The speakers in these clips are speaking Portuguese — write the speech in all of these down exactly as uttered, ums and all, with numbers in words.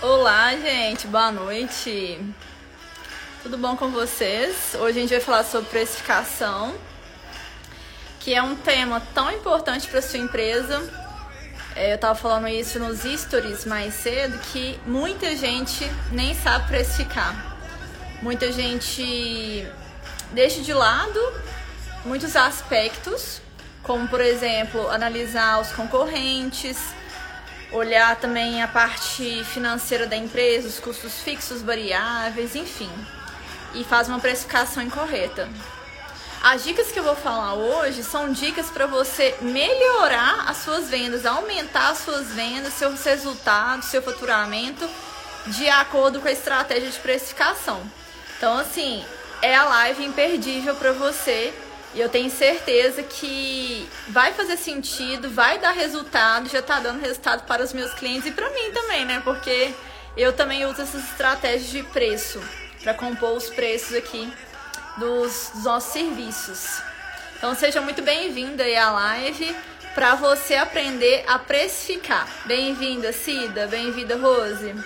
Olá, gente, boa noite. Tudo bom com vocês? Hoje a gente vai falar sobre precificação, que é um tema tão importante para sua empresa. Eu tava falando isso nos stories mais cedo, que muita gente nem sabe precificar. Muita gente deixa de lado muitos aspectos, como por exemplo, analisar os concorrentes, olhar também a parte financeira da empresa, os custos fixos, variáveis, enfim, e faz uma precificação incorreta. As dicas que eu vou falar hoje são dicas para você melhorar as suas vendas, aumentar as suas vendas, seus resultados, seu faturamento, de acordo com a estratégia de precificação. Então, assim, é a live imperdível para você. E eu tenho certeza que vai fazer sentido, vai dar resultado, já tá dando resultado para os meus clientes e para mim também, né? Porque eu também uso essas estratégias de preço para compor os preços aqui dos, dos nossos serviços. Então seja muito bem-vinda aí à live para você aprender a precificar. Bem-vinda, Cida, bem-vinda, Rose.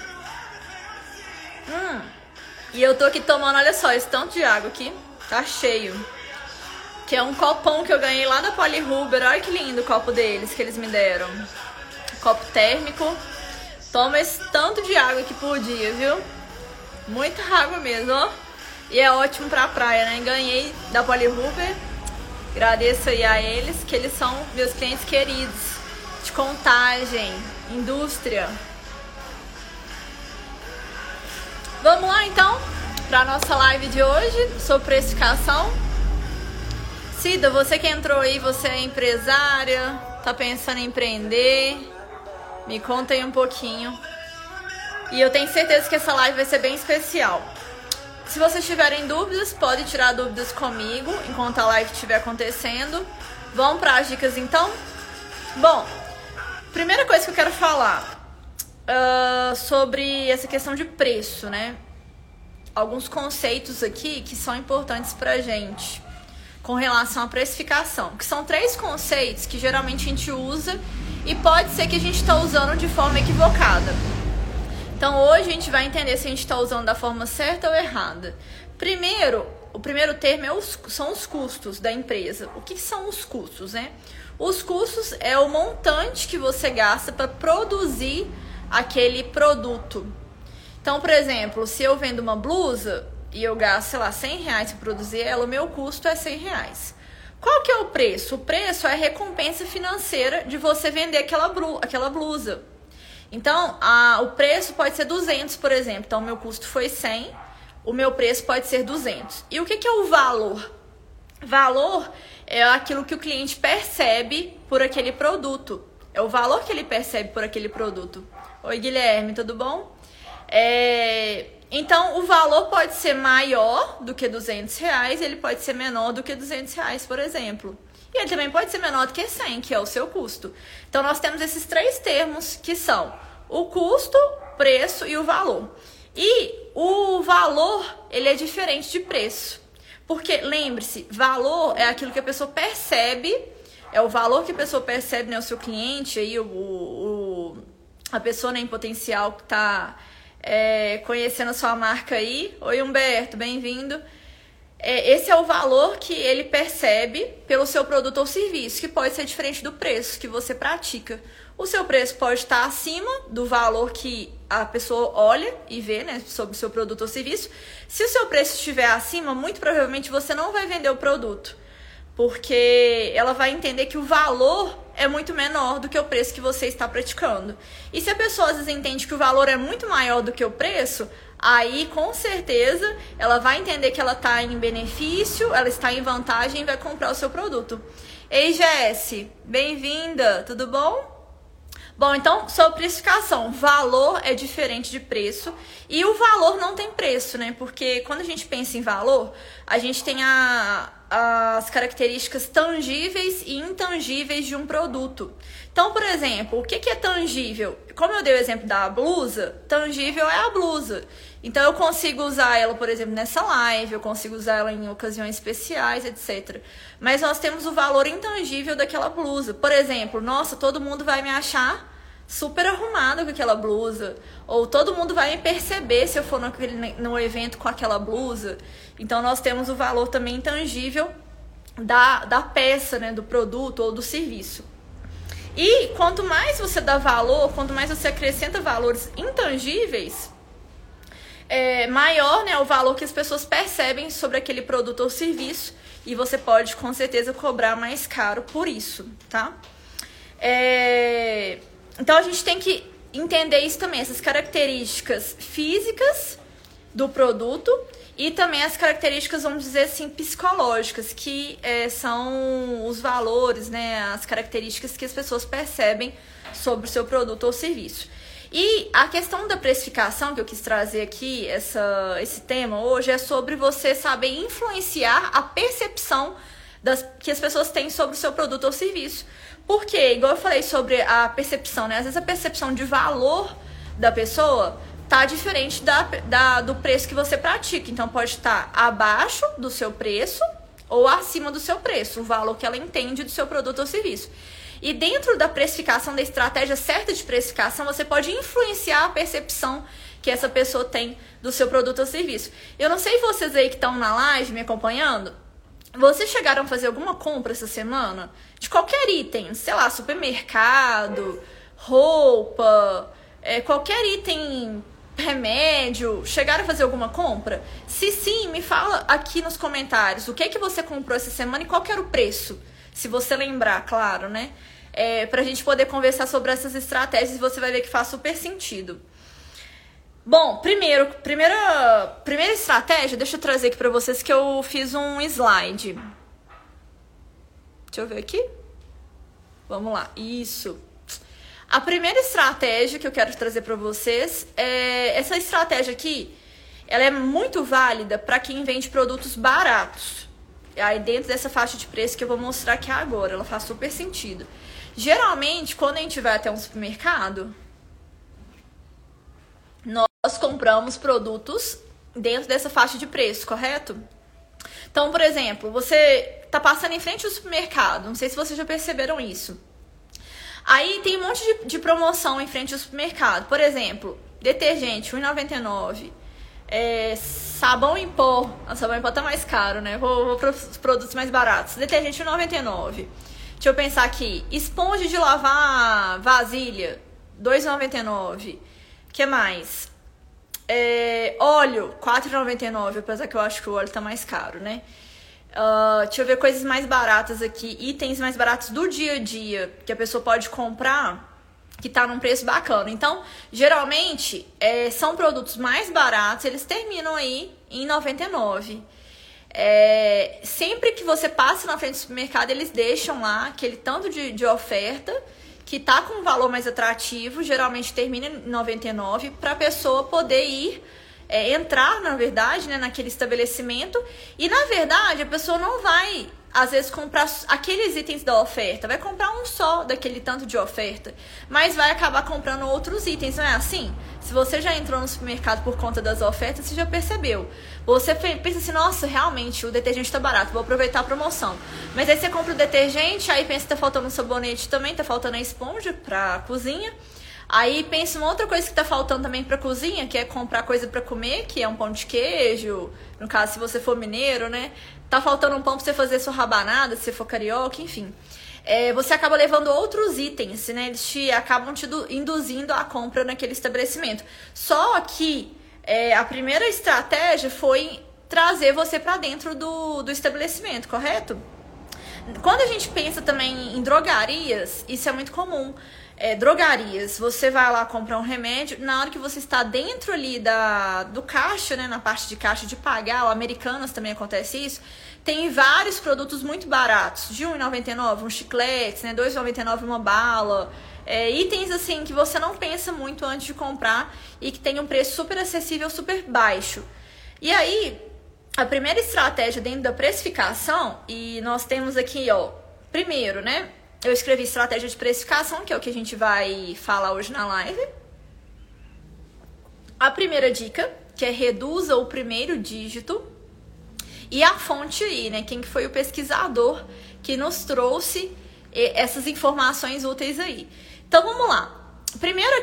Hum, e eu tô aqui tomando, olha só, esse tanto de água aqui, tá cheio. Que é um copão que eu ganhei lá da Polihuber. Olha que lindo o copo deles que eles me deram. Copo térmico. Toma esse tanto de água aqui por dia, viu? Muita água mesmo, ó. E é ótimo pra praia, né? Ganhei da Polihuber. Agradeço aí a eles, que eles são meus clientes queridos. De Contagem, indústria. Vamos lá, então, pra nossa live de hoje sobre precificação. Cida, você que entrou aí, você é empresária, tá pensando em empreender, me conta aí um pouquinho. E eu tenho certeza que essa live vai ser bem especial. Se vocês tiverem dúvidas, pode tirar dúvidas comigo enquanto a live estiver acontecendo. Vamos para as dicas então? Bom, primeira coisa que eu quero falar uh, sobre essa questão de preço, né? Alguns conceitos aqui que são importantes pra gente com relação à precificação, que são três conceitos que geralmente a gente usa e pode ser que a gente está usando de forma equivocada. Então hoje a gente vai entender se a gente está usando da forma certa ou errada. Primeiro, o primeiro termo é os, são os custos da empresa. O que são os custos, né? Os custos é o montante que você gasta para produzir aquele produto. Então, por exemplo, se eu vendo uma blusa e eu gasto, sei lá, cem reais para produzir ela, o meu custo é cem reais. Qual que é o preço? O preço é a recompensa financeira de você vender aquela, blu- aquela blusa. Então, a, o preço pode ser duzentos, por exemplo. Então, o meu custo foi cem, o meu preço pode ser duzentos. E o que, que é o valor? Valor é aquilo que o cliente percebe por aquele produto. É o valor que ele percebe por aquele produto. Oi, Guilherme, tudo bom? É... Então, o valor pode ser maior do que duzentos reais, ele pode ser menor do que duzentos reais, por exemplo. E ele também pode ser menor do que cem, que é o seu custo. Então, nós temos esses três termos que são o custo, preço e o valor. E o valor, ele é diferente de preço. Porque, lembre-se, valor é aquilo que a pessoa percebe, é o valor que a pessoa percebe, né, o seu cliente, aí, o, o, a pessoa, né, em potencial que está... É, conhecendo a sua marca aí. Oi, Humberto, bem-vindo. É, esse é o valor que ele percebe pelo seu produto ou serviço, que pode ser diferente do preço que você pratica. O seu preço pode estar acima do valor que a pessoa olha e vê, né, sobre o seu produto ou serviço. Se o seu preço estiver acima, muito provavelmente você não vai vender o produto, porque ela vai entender que o valor é muito menor do que o preço que você está praticando. E se a pessoa às vezes entende que o valor é muito maior do que o preço, aí com certeza ela vai entender que ela está em benefício, ela está em vantagem e vai comprar o seu produto. Ei, Jesse, bem-vinda, tudo bom? Bom, então, sobre precificação, valor é diferente de preço e o valor não tem preço, né? Porque quando a gente pensa em valor, a gente tem a, as características tangíveis e intangíveis de um produto. Então, por exemplo, o que, que é tangível? Como eu dei o exemplo da blusa, tangível é a blusa. Então, eu consigo usar ela, por exemplo, nessa live, eu consigo usar ela em ocasiões especiais, etcétera. Mas nós temos o valor intangível daquela blusa. Por exemplo, nossa, todo mundo vai me achar super arrumada com aquela blusa. Ou todo mundo vai me perceber se eu for naquele, no evento com aquela blusa. Então, nós temos o valor também intangível da, da peça, né, do produto ou do serviço. E quanto mais você dá valor, quanto mais você acrescenta valores intangíveis, é maior, né, o valor que as pessoas percebem sobre aquele produto ou serviço. E você pode, com certeza, cobrar mais caro por isso, tá? É... Então, a gente tem que entender isso também, essas características físicas do produto e também as características, vamos dizer assim, psicológicas, que é, são os valores, né, as características que as pessoas percebem sobre o seu produto ou serviço. E a questão da precificação que eu quis trazer aqui, essa, esse tema hoje, é sobre você saber influenciar a percepção das, que as pessoas têm sobre o seu produto ou serviço. Porque, igual eu falei sobre a percepção, né? Às vezes a percepção de valor da pessoa tá diferente da, da, do preço que você pratica. Então, pode estar abaixo do seu preço ou acima do seu preço, o valor que ela entende do seu produto ou serviço. E dentro da precificação, da estratégia certa de precificação, você pode influenciar a percepção que essa pessoa tem do seu produto ou serviço. Eu não sei vocês aí que estão na live me acompanhando, vocês chegaram a fazer alguma compra essa semana? De qualquer item, sei lá, supermercado, roupa, é, qualquer item, remédio, chegaram a fazer alguma compra? Se sim, me fala aqui nos comentários o que é que você comprou essa semana e qual que era o preço. Se você lembrar, claro, né? É, pra gente poder conversar sobre essas estratégias, você vai ver que faz super sentido. Bom, primeiro, primeira, primeira estratégia, deixa eu trazer aqui pra vocês que eu fiz um slide. Deixa eu ver aqui. Vamos lá, isso. A primeira estratégia que eu quero trazer pra vocês é essa estratégia aqui. Ela é muito válida para quem vende produtos baratos. Aí dentro dessa faixa de preço que eu vou mostrar aqui agora, ela faz super sentido. Geralmente, quando a gente vai até um supermercado, nós compramos produtos dentro dessa faixa de preço, correto? Então, por exemplo, você tá passando em frente ao supermercado, não sei se vocês já perceberam isso. Aí tem um monte de, de promoção em frente ao supermercado. Por exemplo, detergente, um real e noventa e nove centavos. É, sabão em pó. O sabão em pó tá mais caro, né? Vou, vou para os produtos mais baratos. Detergente um real e noventa e nove centavos. Deixa eu pensar aqui. Esponja de lavar vasilha, dois reais e noventa e nove centavos. O que mais? É, óleo, quatro reais e noventa e nove centavos. Apesar que eu acho que o óleo tá mais caro, né? Uh, deixa eu ver coisas mais baratas aqui. Itens mais baratos do dia a dia que a pessoa pode comprar, que tá num preço bacana. Então, geralmente, é, são produtos mais baratos, eles terminam aí em noventa e nove centavos. É, sempre que você passa na frente do supermercado, eles deixam lá aquele tanto de, de oferta que tá com um valor mais atrativo, geralmente termina em noventa e nove centavos, para a pessoa poder ir, é, entrar, na verdade, né, naquele estabelecimento. E, na verdade, a pessoa não vai às vezes comprar aqueles itens da oferta, vai comprar um só daquele tanto de oferta, mas vai acabar comprando outros itens, não é assim? Se você já entrou no supermercado por conta das ofertas, você já percebeu. Você pensa assim, nossa, realmente o detergente tá barato, vou aproveitar a promoção. Mas aí você compra o detergente, aí pensa que tá faltando um sabonete também, tá faltando a esponja pra cozinha. Aí pensa uma outra coisa que tá faltando também pra cozinha, que é comprar coisa pra comer, que é um pão de queijo, no caso se você for mineiro, né? Tá faltando um pão pra você fazer sua rabanada, se você for carioca, enfim. É, você acaba levando outros itens, né? Eles te acabam te induzindo à compra naquele estabelecimento. Só que é, a primeira estratégia foi trazer você pra dentro do, do estabelecimento, correto? Quando a gente pensa também em drogarias, isso é muito comum. É, drogarias, você vai lá comprar um remédio, na hora que você está dentro ali da, do caixa, né, na parte de caixa de pagar, o Americanas também acontece isso, tem vários produtos muito baratos, de um real e noventa e nove centavos, um chiclete, né, dois reais e noventa e nove centavos uma bala, é, itens assim que você não pensa muito antes de comprar e que tem um preço super acessível, super baixo. E aí, a primeira estratégia dentro da precificação, e nós temos aqui, ó, primeiro, né, eu escrevi estratégia de precificação, que é o que a gente vai falar hoje na live. A primeira dica, que é reduza o primeiro dígito. E a fonte aí, né? Quem que foi o pesquisador que nos trouxe essas informações úteis aí. Então, vamos lá.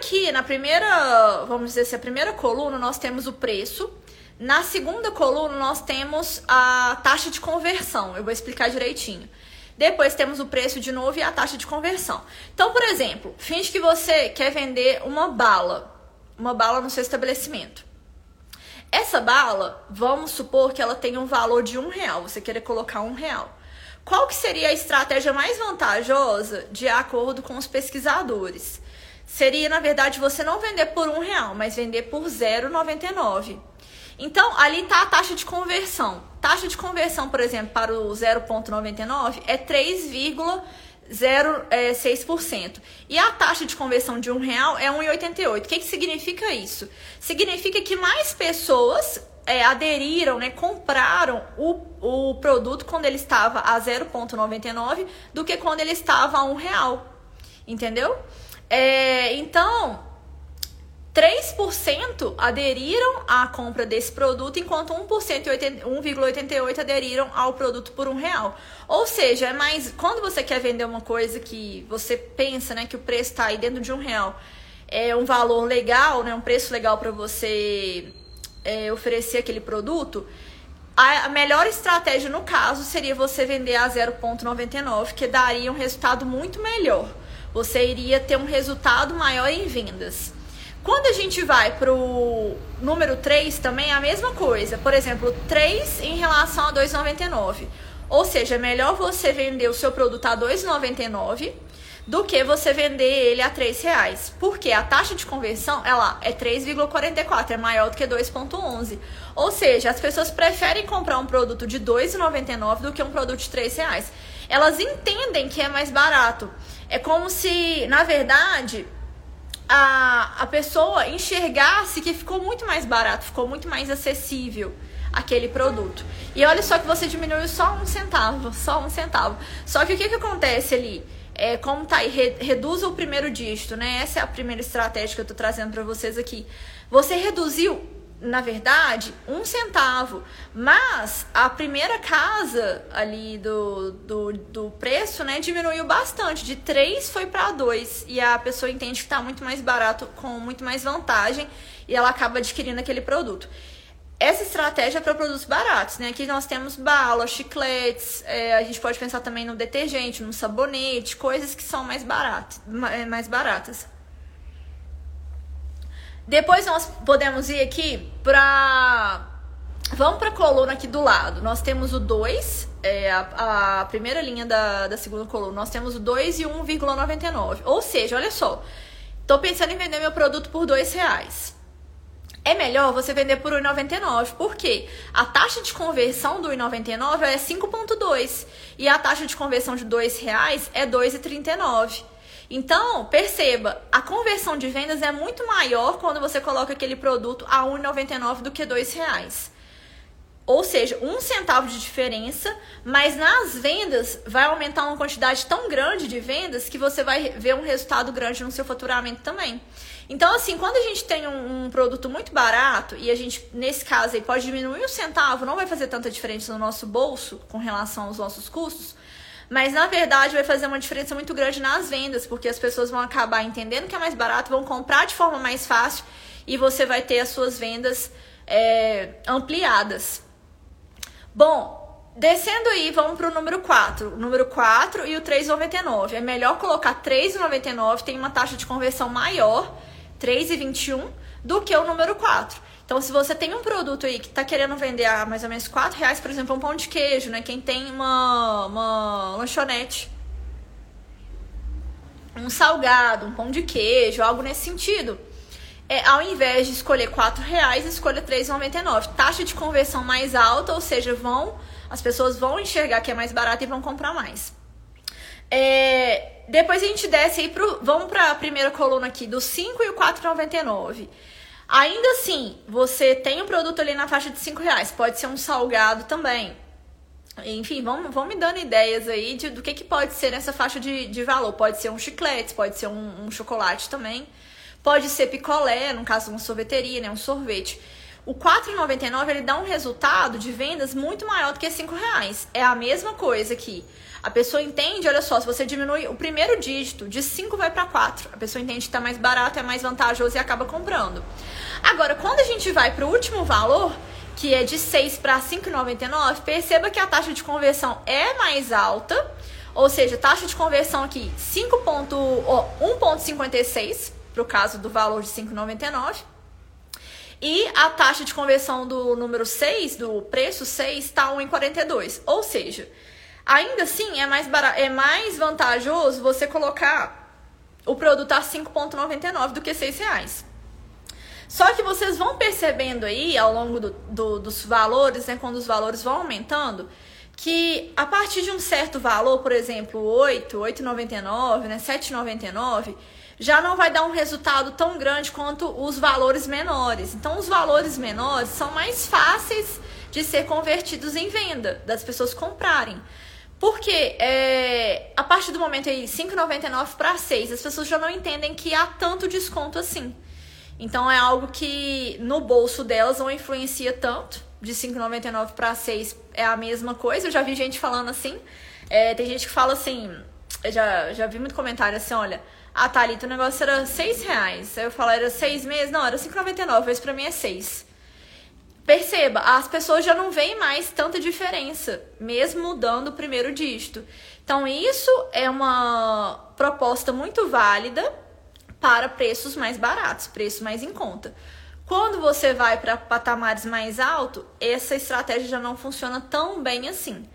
aqui, na primeira, vamos dizer assim, a primeira coluna, nós temos o preço. Na segunda coluna, nós temos a taxa de conversão. Eu vou explicar direitinho. Depois temos o preço de novo e a taxa de conversão. Então, por exemplo, finge que você quer vender uma bala. Uma bala no seu estabelecimento. Essa bala, vamos supor que ela tenha um valor de um real. Você querer colocar um real. Qual que seria a estratégia mais vantajosa de acordo com os pesquisadores? Seria, na verdade, você não vender por um real, mas vender por zero vírgula noventa e nove. Então, ali está a taxa de conversão. Taxa de conversão, por exemplo, para o zero vírgula noventa e nove é três vírgula zero seis por cento. E a taxa de conversão de um real é um vírgula oitenta e oito. O que, que significa isso? Significa que mais pessoas é, aderiram, né, compraram o, o produto quando ele estava a zero vírgula noventa e nove do que quando ele estava a um real. Entendeu? É, então, três por cento aderiram à compra desse produto, enquanto um por cento e um vírgula oitenta e oito por cento aderiram ao produto por um real. Ou seja, é mais, quando você quer vender uma coisa que você pensa, né, que o preço está aí dentro de um real, é um valor legal, né, um preço legal para você é, oferecer aquele produto, a melhor estratégia no caso seria você vender a zero vírgula noventa e nove, que daria um resultado muito melhor. Você iria ter um resultado maior em vendas. Quando a gente vai para o número três, também é a mesma coisa. Por exemplo, três em relação a dois vírgula noventa e nove. Ou seja, é melhor você vender o seu produto a dois vírgula noventa e nove do que você vender ele a três reais. Porque a taxa de conversão ela é três vírgula quarenta e quatro, é maior do que dois vírgula onze. Ou seja, as pessoas preferem comprar um produto de dois vírgula noventa e nove do que um produto de três reais. Elas entendem que é mais barato. É como se, na verdade, a, a pessoa enxergasse que ficou muito mais barato, ficou muito mais acessível aquele produto. E olha só que você diminuiu só um centavo, só um centavo. Só que o que, que acontece ali? É, como tá aí, re, reduza o primeiro dígito, né? Essa é a primeira estratégia que eu tô trazendo para vocês aqui. Você reduziu, na verdade, um centavo, mas a primeira casa ali do, do, do preço, né, diminuiu bastante, de três foi para dois, e a pessoa entende que está muito mais barato, com muito mais vantagem, e ela acaba adquirindo aquele produto. Essa estratégia é para produtos baratos, né? Aqui nós temos balas, chicletes, é, a gente pode pensar também no detergente, no sabonete, coisas que são mais baratas, mais baratas. Depois nós podemos ir aqui para... Vamos para a coluna aqui do lado. Nós temos o dois, é, a, a primeira linha da, da segunda coluna. Nós temos o dois e um vírgula noventa e nove. Ou seja, olha só. Estou pensando em vender meu produto por dois reais. É melhor você vender por um vírgula noventa e nove. Por quê? A taxa de conversão do um vírgula noventa e nove é cinco vírgula dois. E a taxa de conversão de dois reais é dois vírgula trinta e nove. Então, perceba, a conversão de vendas é muito maior quando você coloca aquele produto a um vírgula noventa e nove do que dois reais. Ou seja, um centavo de diferença, mas nas vendas vai aumentar uma quantidade tão grande de vendas que você vai ver um resultado grande no seu faturamento também. Então, assim, quando a gente tem um, um produto muito barato e a gente, nesse caso aí, pode diminuir um centavo, não vai fazer tanta diferença no nosso bolso com relação aos nossos custos, mas, na verdade, vai fazer uma diferença muito grande nas vendas, porque as pessoas vão acabar entendendo que é mais barato, vão comprar de forma mais fácil e você vai ter as suas vendas é, ampliadas. Bom, descendo aí, vamos para o número quatro. O número quatro e o três vírgula noventa e nove. É melhor colocar três vírgula noventa e nove, tem uma taxa de conversão maior, três vírgula vinte e um, do que o número quatro. Então, se você tem um produto aí que está querendo vender a mais ou menos quatro reais, por exemplo, um pão de queijo, né? Quem tem uma, uma lanchonete, um salgado, um pão de queijo, algo nesse sentido. É, ao invés de escolher quatro reais, escolha três vírgula noventa e nove. Taxa de conversão mais alta, ou seja, vão, as pessoas vão enxergar que é mais barato e vão comprar mais. É, depois a gente desce aí, pro, vamos para a primeira coluna aqui, do cinco e o quatro vírgula noventa e nove. Ainda assim, você tem um produto ali na faixa de cinco reais, pode ser um salgado também. Enfim, vão, vão me dando ideias aí de, do que, que pode ser nessa faixa de, de valor. Pode ser um chiclete, pode ser um, um chocolate também. Pode ser picolé, no caso de uma sorveteria, né, um sorvete. O quatro reais e noventa e nove centavos ele dá um resultado de vendas muito maior do que cinco reais. É a mesma coisa aqui. A pessoa entende, olha só, se você diminui o primeiro dígito, de cinco vai para quatro. A pessoa entende que está mais barato, é mais vantajoso e acaba comprando. Agora, quando a gente vai para o último valor, que é de seis para cinco reais e noventa e nove centavos, perceba que a taxa de conversão é mais alta. Ou seja, taxa de conversão aqui um vírgula cinquenta e seis para o caso do valor de cinco reais e noventa e nove centavos. E a taxa de conversão do número seis, do preço seis, está um vírgula quarenta e dois. Ou seja, ainda assim é mais, barato, é mais vantajoso você colocar o produto a cinco reais e noventa e nove centavos do que seis reais. Só que vocês vão percebendo aí, ao longo do, do, dos valores, né, quando os valores vão aumentando, que a partir de um certo valor, por exemplo, oito, oito reais e noventa e nove centavos, né, sete reais e noventa e nove centavos, já não vai dar um resultado tão grande quanto os valores menores. Então, os valores menores são mais fáceis de ser convertidos em venda, das pessoas comprarem. Porque é, a partir do momento aí, cinco reais e noventa e nove centavos para seis, as pessoas já não entendem que há tanto desconto assim. Então, é algo que no bolso delas não influencia tanto. De cinco reais e noventa e nove centavos para seis é a mesma coisa. Eu já vi gente falando assim. É, tem gente que fala assim... Eu já, já vi muito comentário assim, olha... Ah, Thalita, o negócio era seis reais. Aí eu falo, era seis meses? Não, era cinco reais e noventa e nove centavos. Isso pra mim é seis. Perceba, as pessoas já não veem mais tanta diferença, mesmo mudando o primeiro dígito. Então, isso é uma proposta muito válida para preços mais baratos, preços mais em conta. Quando você vai para patamares mais altos, essa estratégia já não funciona tão bem assim.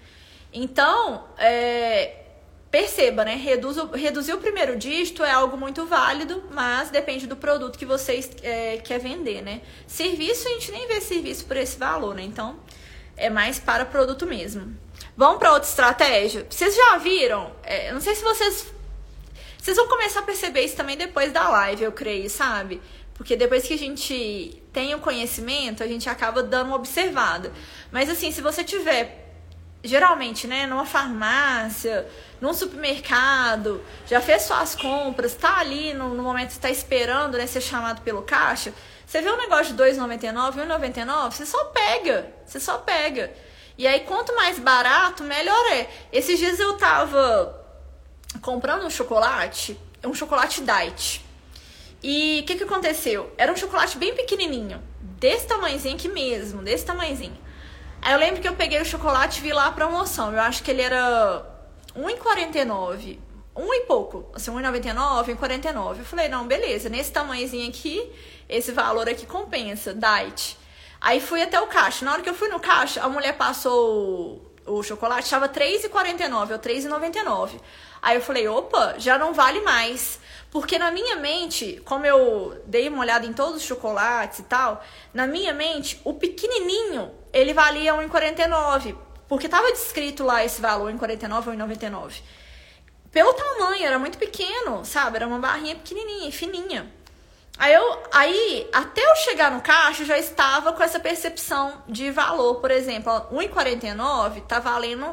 Então, é... perceba, né? Reduz, reduzir o primeiro dígito é algo muito válido, mas depende do produto que você é, quer vender, né? Serviço, a gente nem vê serviço por esse valor, né? Então, é mais para produto mesmo. Vamos para outra estratégia? Vocês já viram? É, eu não sei se vocês... Vocês vão começar a perceber isso também depois da live, eu creio, sabe? Porque depois que a gente tem o conhecimento, a gente acaba dando uma observada. Mas assim, se você tiver... Geralmente, né, numa farmácia, num supermercado, já fez suas compras, tá ali no, no momento que você tá esperando, né, ser chamado pelo caixa, você vê um negócio de dois reais e noventa e nove centavos, um real e noventa e nove centavos, você só pega, você só pega. E aí, quanto mais barato, melhor é. Esses dias eu tava comprando um chocolate, um chocolate diet. E o que que aconteceu? Era um chocolate bem pequenininho, desse tamanhozinho aqui mesmo, desse tamanhozinho. Aí eu lembro que eu peguei o chocolate e vi lá a promoção. Eu acho que ele era um real e quarenta e nove centavos. Um e pouco. Assim, um real e noventa e nove centavos, um real e quarenta e nove centavos. Eu falei, não, beleza. Nesse tamanhozinho aqui, esse valor aqui compensa. Diet. Aí fui até o caixa. Na hora que eu fui no caixa, a mulher passou o, o chocolate. Estava três reais e quarenta e nove centavos ou três reais e noventa e nove centavos. Aí eu falei, opa, já não vale mais. Porque na minha mente, como eu dei uma olhada em todos os chocolates e tal, na minha mente, o pequenininho, ele valia um real e quarenta e nove centavos. Porque estava descrito lá esse valor, um real e quarenta e nove centavos, um real e noventa e nove centavos. Pelo tamanho, era muito pequeno, sabe? Era uma barrinha pequenininha, fininha. Aí, eu, aí, até eu chegar no caixa, eu já estava com essa percepção de valor. Por exemplo, um real e quarenta e nove centavos tá valendo,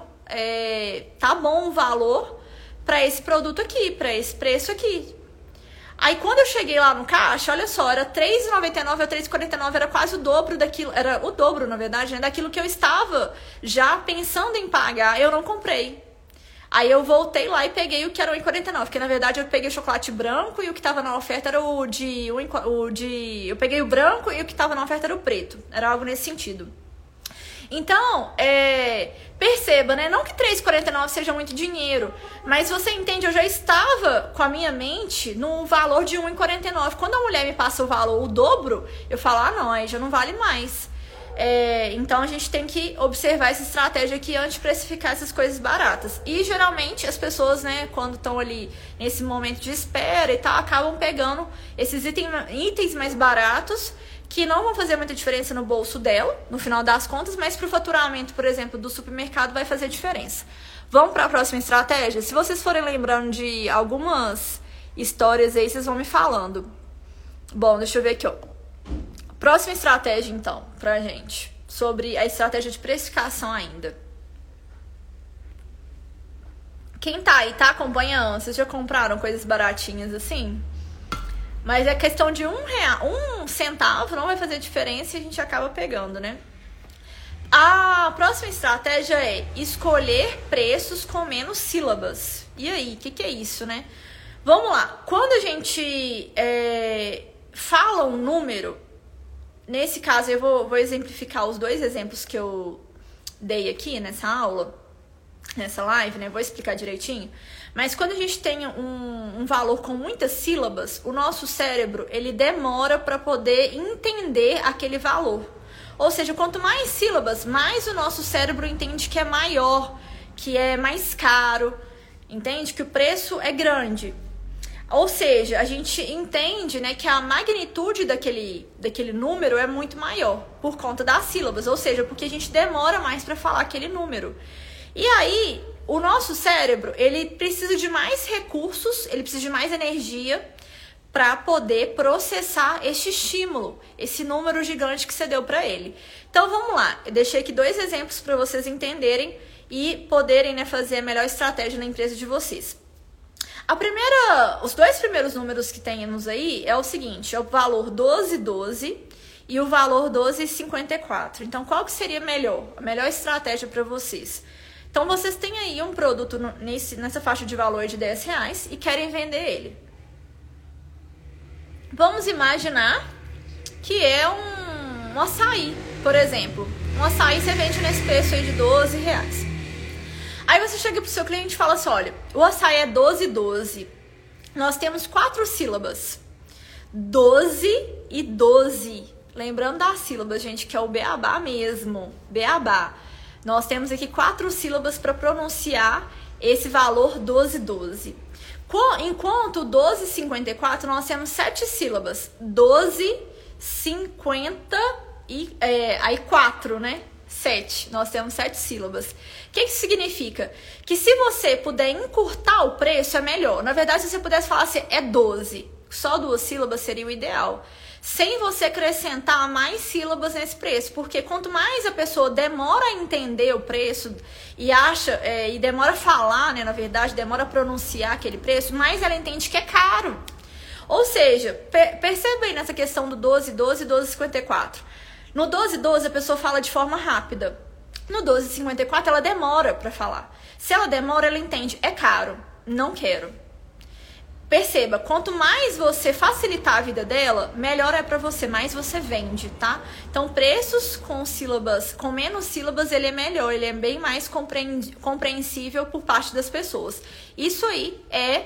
é, tá bom o valor para esse produto aqui, para esse preço aqui. Aí, quando eu cheguei lá no caixa, olha só, era três reais e noventa e nove centavos ou três reais e quarenta e nove centavos, era quase o dobro daquilo, era o dobro, na verdade, né, daquilo que eu estava já pensando em pagar, eu não comprei. Aí eu voltei lá e peguei o que era um real e quarenta e nove centavos, porque na verdade eu peguei o chocolate branco e o que estava na oferta era o de, o de... Eu peguei o branco e o que estava na oferta era o preto, era algo nesse sentido. Então, é, perceba, né? Não que três reais e quarenta e nove centavos seja muito dinheiro, mas você entende, eu já estava com a minha mente no valor de um real e quarenta e nove centavos. Quando a mulher me passa o valor, o dobro, eu falo, ah, não, aí já não vale mais. É, então, a gente tem que observar essa estratégia aqui antes de precificar essas coisas baratas. E, geralmente, as pessoas, né, quando estão ali nesse momento de espera e tal, acabam pegando esses itens, itens mais baratos, que não vão fazer muita diferença no bolso dela, no final das contas, mas para o faturamento, por exemplo, do supermercado vai fazer diferença. Vamos para a próxima estratégia? Se vocês forem lembrando de algumas histórias aí, vocês vão me falando. Bom, deixa eu ver aqui, ó. Próxima estratégia, então, pra gente, sobre a estratégia de precificação ainda. Quem tá aí, tá acompanhando? Vocês já compraram coisas baratinhas assim? Mas é questão de um real, um centavo não vai fazer diferença e a gente acaba pegando, né? A próxima estratégia é escolher preços com menos sílabas. E aí, o que, que é isso, né? Vamos lá. Quando a gente é, fala um número, nesse caso eu vou, vou exemplificar os dois exemplos que eu dei aqui nessa aula, nessa live, né? Vou explicar direitinho. Mas quando a gente tem um, um valor com muitas sílabas, o nosso cérebro, ele demora para poder entender aquele valor. Ou seja, quanto mais sílabas, mais o nosso cérebro entende que é maior, que é mais caro, entende? Que o preço é grande. Ou seja, a gente entende, né, que a magnitude daquele, daquele número é muito maior por conta das sílabas. Ou seja, porque a gente demora mais para falar aquele número. E aí, o nosso cérebro, ele precisa de mais recursos, ele precisa de mais energia para poder processar este estímulo, esse número gigante que você deu para ele. Então vamos lá, eu deixei aqui dois exemplos para vocês entenderem e poderem, né, fazer a melhor estratégia na empresa de vocês. A primeira, os dois primeiros números que temos aí é o seguinte, é o valor doze doze e o valor doze cinquenta e quatro. Então qual que seria melhor, a melhor estratégia para vocês? Então vocês têm aí um produto nesse, nessa faixa de valor de dez reais e querem vender ele. Vamos imaginar que é um, um açaí, por exemplo. Um açaí você vende nesse preço aí de doze reais. Aí você chega pro seu cliente e fala assim, olha, o açaí é doze doze. Nós temos quatro sílabas. doze e doze. Lembrando das sílabas, gente, que é o beabá mesmo. Beabá. Nós temos aqui quatro sílabas para pronunciar esse valor doze doze. Enquanto o doze cinquenta e quatro nós temos sete sílabas. doze, cinquenta e é, aí quatro, né? sete. Nós temos sete sílabas. O que isso significa? Que se você puder encurtar o preço é melhor. Na verdade, se você pudesse falar assim, é doze. Só duas sílabas seria o ideal. Sem você acrescentar mais sílabas nesse preço, porque quanto mais a pessoa demora a entender o preço e acha, é, e demora a falar, né, na verdade, demora a pronunciar aquele preço, mais ela entende que é caro. Ou seja, per perceba aí nessa questão do doze doze e doze cinquenta e quatro. No doze doze a pessoa fala de forma rápida. No doze cinquenta e quatro ela demora para falar. Se ela demora, ela entende, é caro, não quero. Perceba, quanto mais você facilitar a vida dela, melhor é para você, mais você vende, tá? Então, preços com sílabas, com menos sílabas, ele é melhor, ele é bem mais compreensível por parte das pessoas. Isso aí é,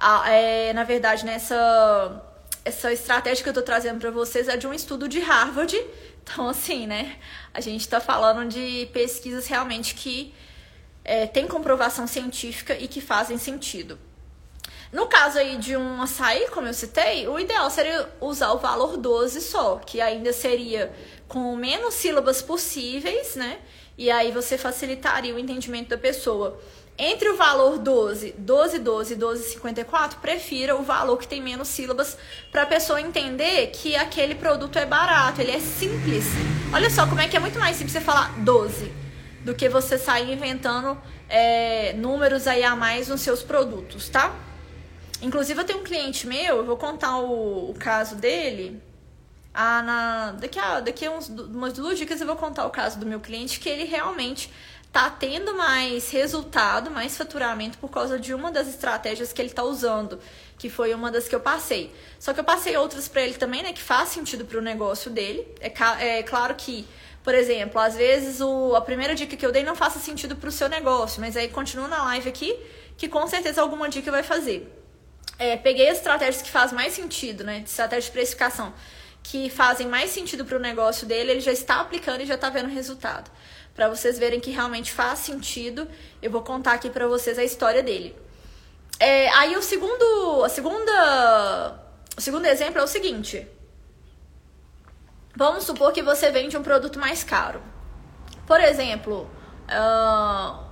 é na verdade, nessa essa estratégia que eu tô trazendo para vocês é de um estudo de Harvard. Então, assim, né, a gente tá falando de pesquisas realmente que é, tem comprovação científica e que fazem sentido. No caso aí de um açaí, como eu citei, o ideal seria usar o valor doze só, que ainda seria com menos sílabas possíveis, né? E aí você facilitaria o entendimento da pessoa. Entre o valor doze, doze doze e doze cinquenta e quatro, prefira o valor que tem menos sílabas para a pessoa entender que aquele produto é barato, ele é simples. Olha só como é que é muito mais simples você falar doze do que você sair inventando é, números aí a mais nos seus produtos, tá? Inclusive, eu tenho um cliente meu, eu vou contar o, o caso dele. Ah, na, daqui a, daqui a uns, umas duas dicas eu vou contar o caso do meu cliente, que ele realmente tá tendo mais resultado, mais faturamento por causa de uma das estratégias que ele tá usando, que foi uma das que eu passei. Só que eu passei outras para ele também, né, que faz sentido pro negócio dele. É, é claro que, por exemplo, às vezes o, a primeira dica que eu dei não faça sentido pro seu negócio, mas aí continua na live aqui, que com certeza alguma dica vai fazer. É, peguei as estratégias que fazem mais sentido, né? Estratégias de precificação, que fazem mais sentido para o negócio dele, ele já está aplicando e já está vendo resultado. Para vocês verem que realmente faz sentido, eu vou contar aqui para vocês a história dele. É, aí o segundo, a segunda, o segundo exemplo é o seguinte. Vamos supor que você vende um produto mais caro. Por exemplo, uh,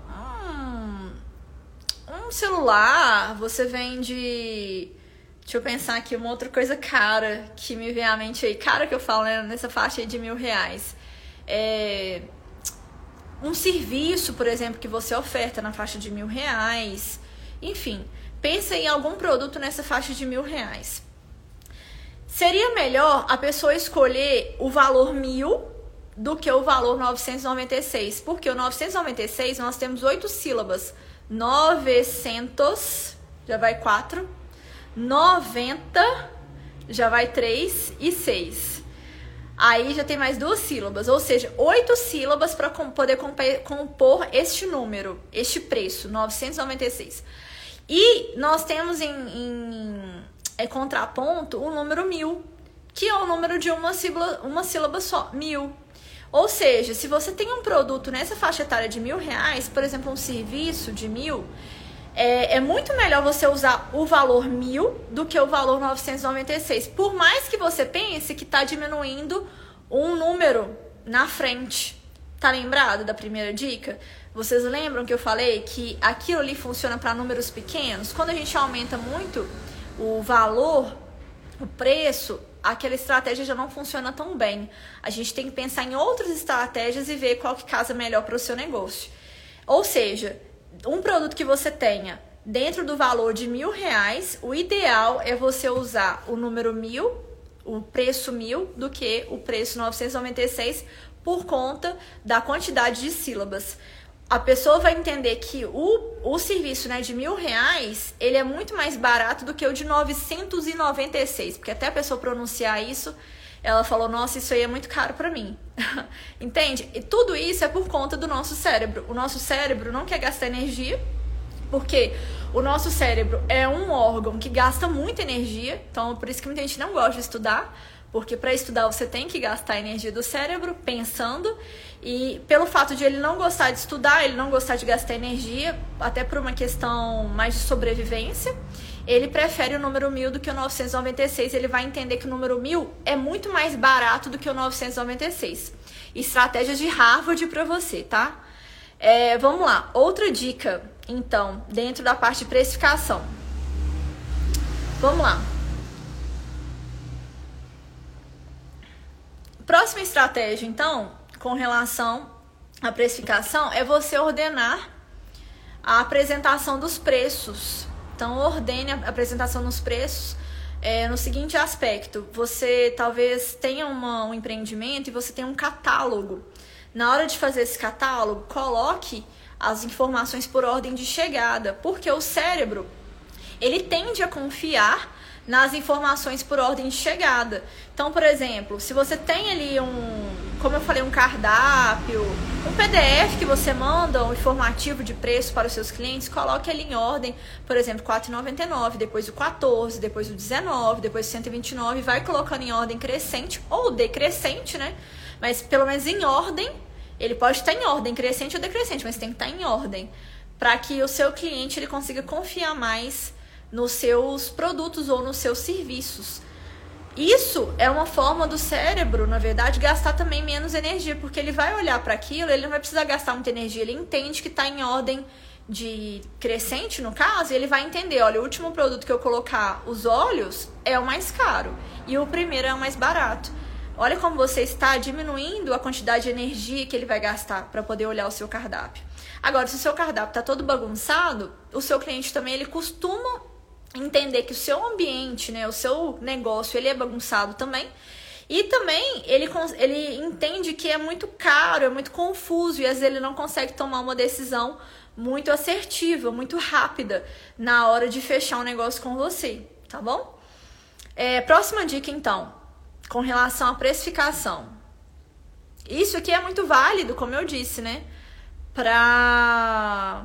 um celular, você vende... Deixa eu pensar aqui, uma outra coisa cara que me vem à mente aí. Cara que eu falo, né, nessa faixa aí de mil reais. É... Um serviço, por exemplo, que você oferta na faixa de mil reais. Enfim, pensa em algum produto nessa faixa de mil reais. Seria melhor a pessoa escolher o valor mil do que o valor novecentos e noventa e seis. Porque o novecentos e noventa e seis nós temos oito sílabas. novecentos, já vai quatro. noventa, já vai três e seis. Aí já tem mais duas sílabas, ou seja, oito sílabas para poder compor este número, este preço, novecentos e noventa e seis. E nós temos em, em é, contraponto o número mil, que é o número de uma sílaba, uma sílaba só, mil. Ou seja, se você tem um produto nessa faixa etária de mil reais, por exemplo, um serviço de mil, é, é muito melhor você usar o valor mil do que o valor novecentos e noventa e seis. Por mais que você pense que está diminuindo um número na frente. Tá lembrado da primeira dica? Vocês lembram que eu falei que aquilo ali funciona para números pequenos? Quando a gente aumenta muito o valor, o preço, aquela estratégia já não funciona tão bem. A gente tem que pensar em outras estratégias e ver qual que casa melhor para o seu negócio. Ou seja, um produto que você tenha dentro do valor de mil reais, o ideal é você usar o número mil, o preço mil, do que o preço novecentos e noventa e seis por conta da quantidade de sílabas. A pessoa vai entender que o, o serviço, né, de mil reais, ele é muito mais barato do que o de novecentos e noventa e seis, porque até a pessoa pronunciar isso, ela falou, nossa, isso aí é muito caro pra mim. Entende? E tudo isso é por conta do nosso cérebro. O nosso cérebro não quer gastar energia, porque o nosso cérebro é um órgão que gasta muita energia, então por isso que muita gente não gosta de estudar, porque para estudar você tem que gastar a energia do cérebro pensando, e pelo fato de ele não gostar de estudar, ele não gostar de gastar energia, até por uma questão mais de sobrevivência, ele prefere o número mil do que o novecentos e noventa e seis. Ele vai entender que o número mil é muito mais barato do que o novecentos e noventa e seis. Estratégias de Harvard para você, tá? É, vamos lá, outra dica, então, dentro da parte de precificação. Vamos lá. Próxima estratégia, então, com relação à precificação, é você ordenar a apresentação dos preços. Então, ordene a apresentação dos preços é, no seguinte aspecto. Você talvez tenha uma, um empreendimento e você tem um catálogo. Na hora de fazer esse catálogo, coloque as informações por ordem de chegada, porque o cérebro, ele tende a confiar nas informações por ordem de chegada. Então, por exemplo, se você tem ali um, como eu falei, um cardápio, um P D F que você manda, um informativo de preço para os seus clientes, coloque ele em ordem, por exemplo, quatro reais e noventa e nove centavos, depois o quatorze, depois o dezenove, depois o cento e vinte e nove, vai colocando em ordem crescente ou decrescente, né? Mas pelo menos em ordem, ele pode estar em ordem crescente ou decrescente, mas tem que estar em ordem, para que o seu cliente ele consiga confiar mais nos seus produtos ou nos seus serviços. Isso é uma forma do cérebro, na verdade, gastar também menos energia, porque ele vai olhar para aquilo, ele não vai precisar gastar muita energia, ele entende que está em ordem de crescente, no caso, e ele vai entender, olha, o último produto que eu colocar os olhos é o mais caro, e o primeiro é o mais barato. Olha como você está diminuindo a quantidade de energia que ele vai gastar para poder olhar o seu cardápio. Agora, se o seu cardápio está todo bagunçado, o seu cliente também, ele costuma entender que o seu ambiente, né, o seu negócio, ele é bagunçado também. E também ele, ele entende que é muito caro, é muito confuso e às vezes ele não consegue tomar uma decisão muito assertiva, muito rápida na hora de fechar um negócio com você, tá bom? É, próxima dica, então, com relação à precificação. Isso aqui é muito válido, como eu disse, né? Para...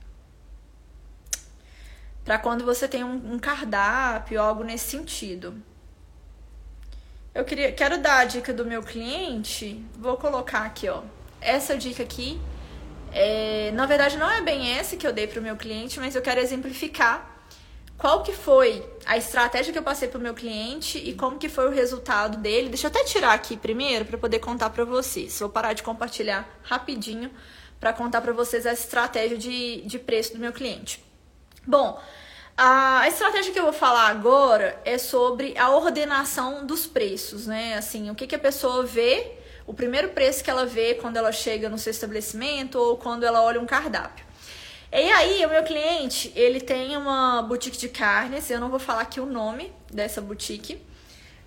para quando você tem um, um cardápio, algo nesse sentido. Eu queria, quero dar a dica do meu cliente, vou colocar aqui, ó. Essa dica aqui, é, na verdade não é bem essa que eu dei para o meu cliente, mas eu quero exemplificar qual que foi a estratégia que eu passei para o meu cliente e como que foi o resultado dele. Deixa eu até tirar aqui primeiro para poder contar para vocês. Vou parar de compartilhar rapidinho para contar para vocês essa estratégia de, de preço do meu cliente. Bom, a estratégia que eu vou falar agora é sobre a ordenação dos preços, né? Assim, o que, que a pessoa vê, o primeiro preço que ela vê quando ela chega no seu estabelecimento ou quando ela olha um cardápio. E aí, o meu cliente, ele tem uma boutique de carnes, eu não vou falar aqui o nome dessa boutique,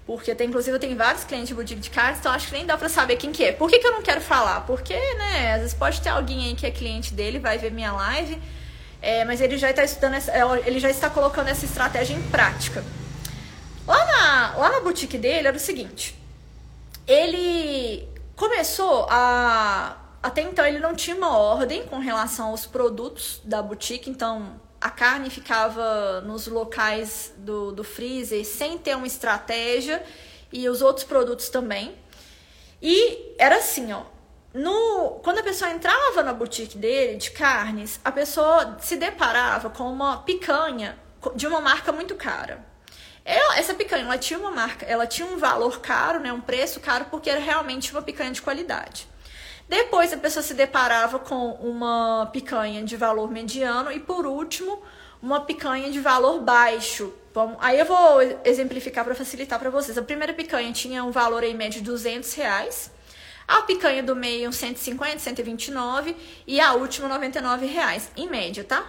Porque tem, inclusive eu tenho vários clientes de boutique de carnes, então acho que nem dá pra saber quem que é. Por que que eu não quero falar? Porque, né, às vezes pode ter alguém aí que é cliente dele, vai ver minha live, é, mas ele já está estudando, essa, ele já está colocando essa estratégia em prática. Lá na, lá na boutique dele era o seguinte, ele começou a... Até então ele não tinha uma ordem com relação aos produtos da boutique, então a carne ficava nos locais do, do freezer sem ter uma estratégia e os outros produtos também. E era assim, ó, no, quando a pessoa entrava na boutique dele de carnes, a pessoa se deparava com uma picanha de uma marca muito cara. Ela, essa picanha, ela tinha uma marca, ela tinha um valor caro, né, um preço caro, porque era realmente uma picanha de qualidade. Depois a pessoa se deparava com uma picanha de valor mediano e, por último, uma picanha de valor baixo. Vamos, aí eu vou exemplificar para facilitar para vocês. A primeira picanha tinha um valor em média de duzentos reais, a picanha do meio cento e cinquenta, cento e vinte e nove e a última noventa e nove reais, em média, tá?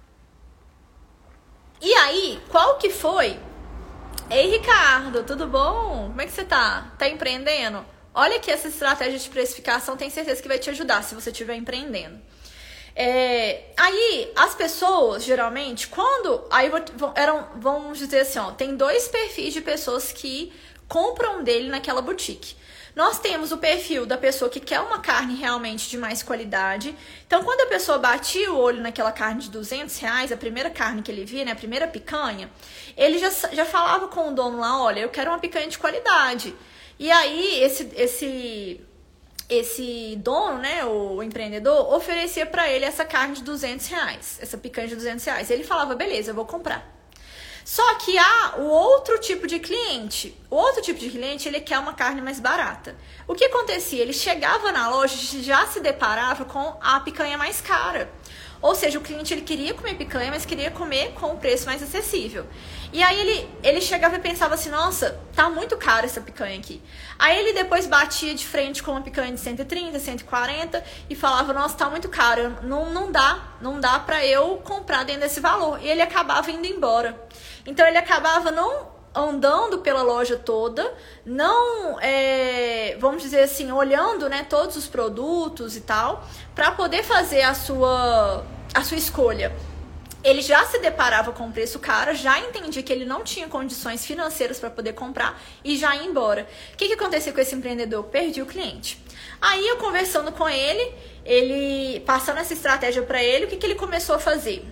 E aí, qual que foi? Ei, Ricardo, tudo bom? Como é que você tá? Tá empreendendo? Olha que essa estratégia de precificação tem certeza que vai te ajudar se você estiver empreendendo. É, aí, as pessoas, geralmente, quando... Aí eram, vamos dizer assim, ó, tem dois perfis de pessoas que compram dele naquela boutique. Nós temos o perfil da pessoa que quer uma carne realmente de mais qualidade. Então, quando a pessoa batia o olho naquela carne de duzentos reais, a primeira carne que ele via, né, a primeira picanha, ele já, já falava com o dono lá, olha, eu quero uma picanha de qualidade. E aí, esse, esse, esse dono, né, o empreendedor, oferecia para ele essa carne de duzentos reais, essa picanha de duzentos reais. Ele falava, beleza, eu vou comprar. Só que há o outro tipo de cliente. O outro tipo de cliente, ele quer uma carne mais barata. O que acontecia? Ele chegava na loja e já se deparava com a picanha mais cara. Ou seja, o cliente ele queria comer picanha, mas queria comer com um preço mais acessível. E aí ele, ele chegava e pensava assim, nossa, tá muito caro essa picanha aqui. Aí ele depois batia de frente com uma picanha de cento e trinta, cento e quarenta e falava, nossa, tá muito caro, não, não dá, não dá pra eu comprar dentro desse valor. E ele acabava indo embora. Então ele acabava não andando pela loja toda, não, é, vamos dizer assim, olhando, né, todos os produtos e tal, para poder fazer a sua, a sua escolha. Ele já se deparava com um preço caro, já entendia que ele não tinha condições financeiras para poder comprar e já ia embora. O que, que aconteceu com esse empreendedor? Perdi o cliente. Aí eu conversando com ele, ele passando essa estratégia para ele, o que, que ele começou a fazer?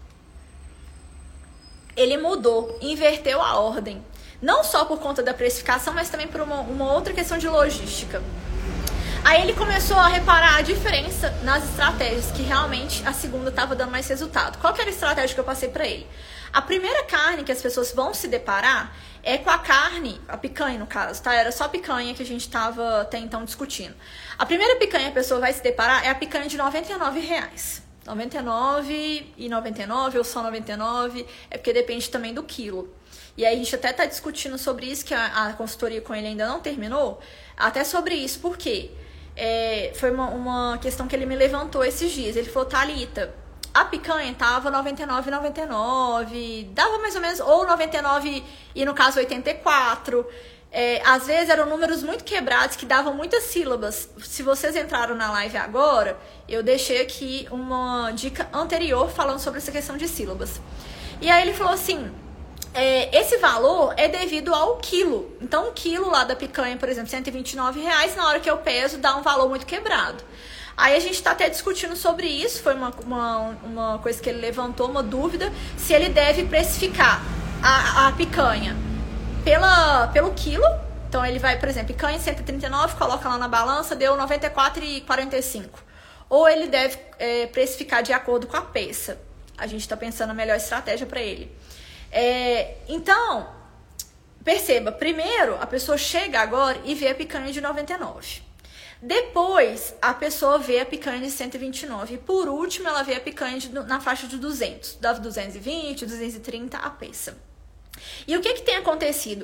Ele mudou, inverteu a ordem. Não só por conta da precificação, mas também por uma, uma outra questão de logística. Aí ele começou a reparar a diferença nas estratégias, que realmente a segunda estava dando mais resultado. Qual que era a estratégia que eu passei para ele? A primeira carne que as pessoas vão se deparar é com a carne, a picanha no caso, tá? Era só a picanha que a gente estava até então discutindo. A primeira picanha que a pessoa vai se deparar é a picanha de noventa e nove reais. noventa e nove reais e noventa e nove centavos ou só noventa e nove reais, é porque depende também do quilo. E aí a gente até tá discutindo sobre isso, que a, a consultoria com ele ainda não terminou, até sobre isso, porque é, foi uma, uma questão que ele me levantou esses dias. Ele falou, Thalita, a picanha tava noventa e nove reais e noventa e nove centavos, dava mais ou menos, ou noventa e nove reais e no caso oitenta e quatro reais. É, às vezes eram números muito quebrados que davam muitas sílabas. Se vocês entraram na live agora, eu deixei aqui uma dica anterior falando sobre essa questão de sílabas. E aí ele falou assim, é, esse valor é devido ao quilo. Então o quilo lá da picanha, por exemplo, cento e vinte e nove reais, na hora que eu peso dá um valor muito quebrado. Aí a gente está até discutindo sobre isso, foi uma, uma, uma coisa que ele levantou, uma dúvida, se ele deve precificar a, a picanha Pela, pelo quilo. Então ele vai, por exemplo, picanha cento e trinta e nove, coloca lá na balança, deu noventa e quatro reais e quarenta e cinco centavos. Ou ele deve é, precificar de acordo com a peça. A gente está pensando a melhor estratégia para ele. É, então, perceba, primeiro a pessoa chega agora e vê a picanha de noventa e nove. Depois a pessoa vê a picanha de cento e vinte e nove. E por último ela vê a picanha de, na faixa de duzentos. Dava duzentos e vinte, duzentos e trinta a peça. E o que que tem acontecido?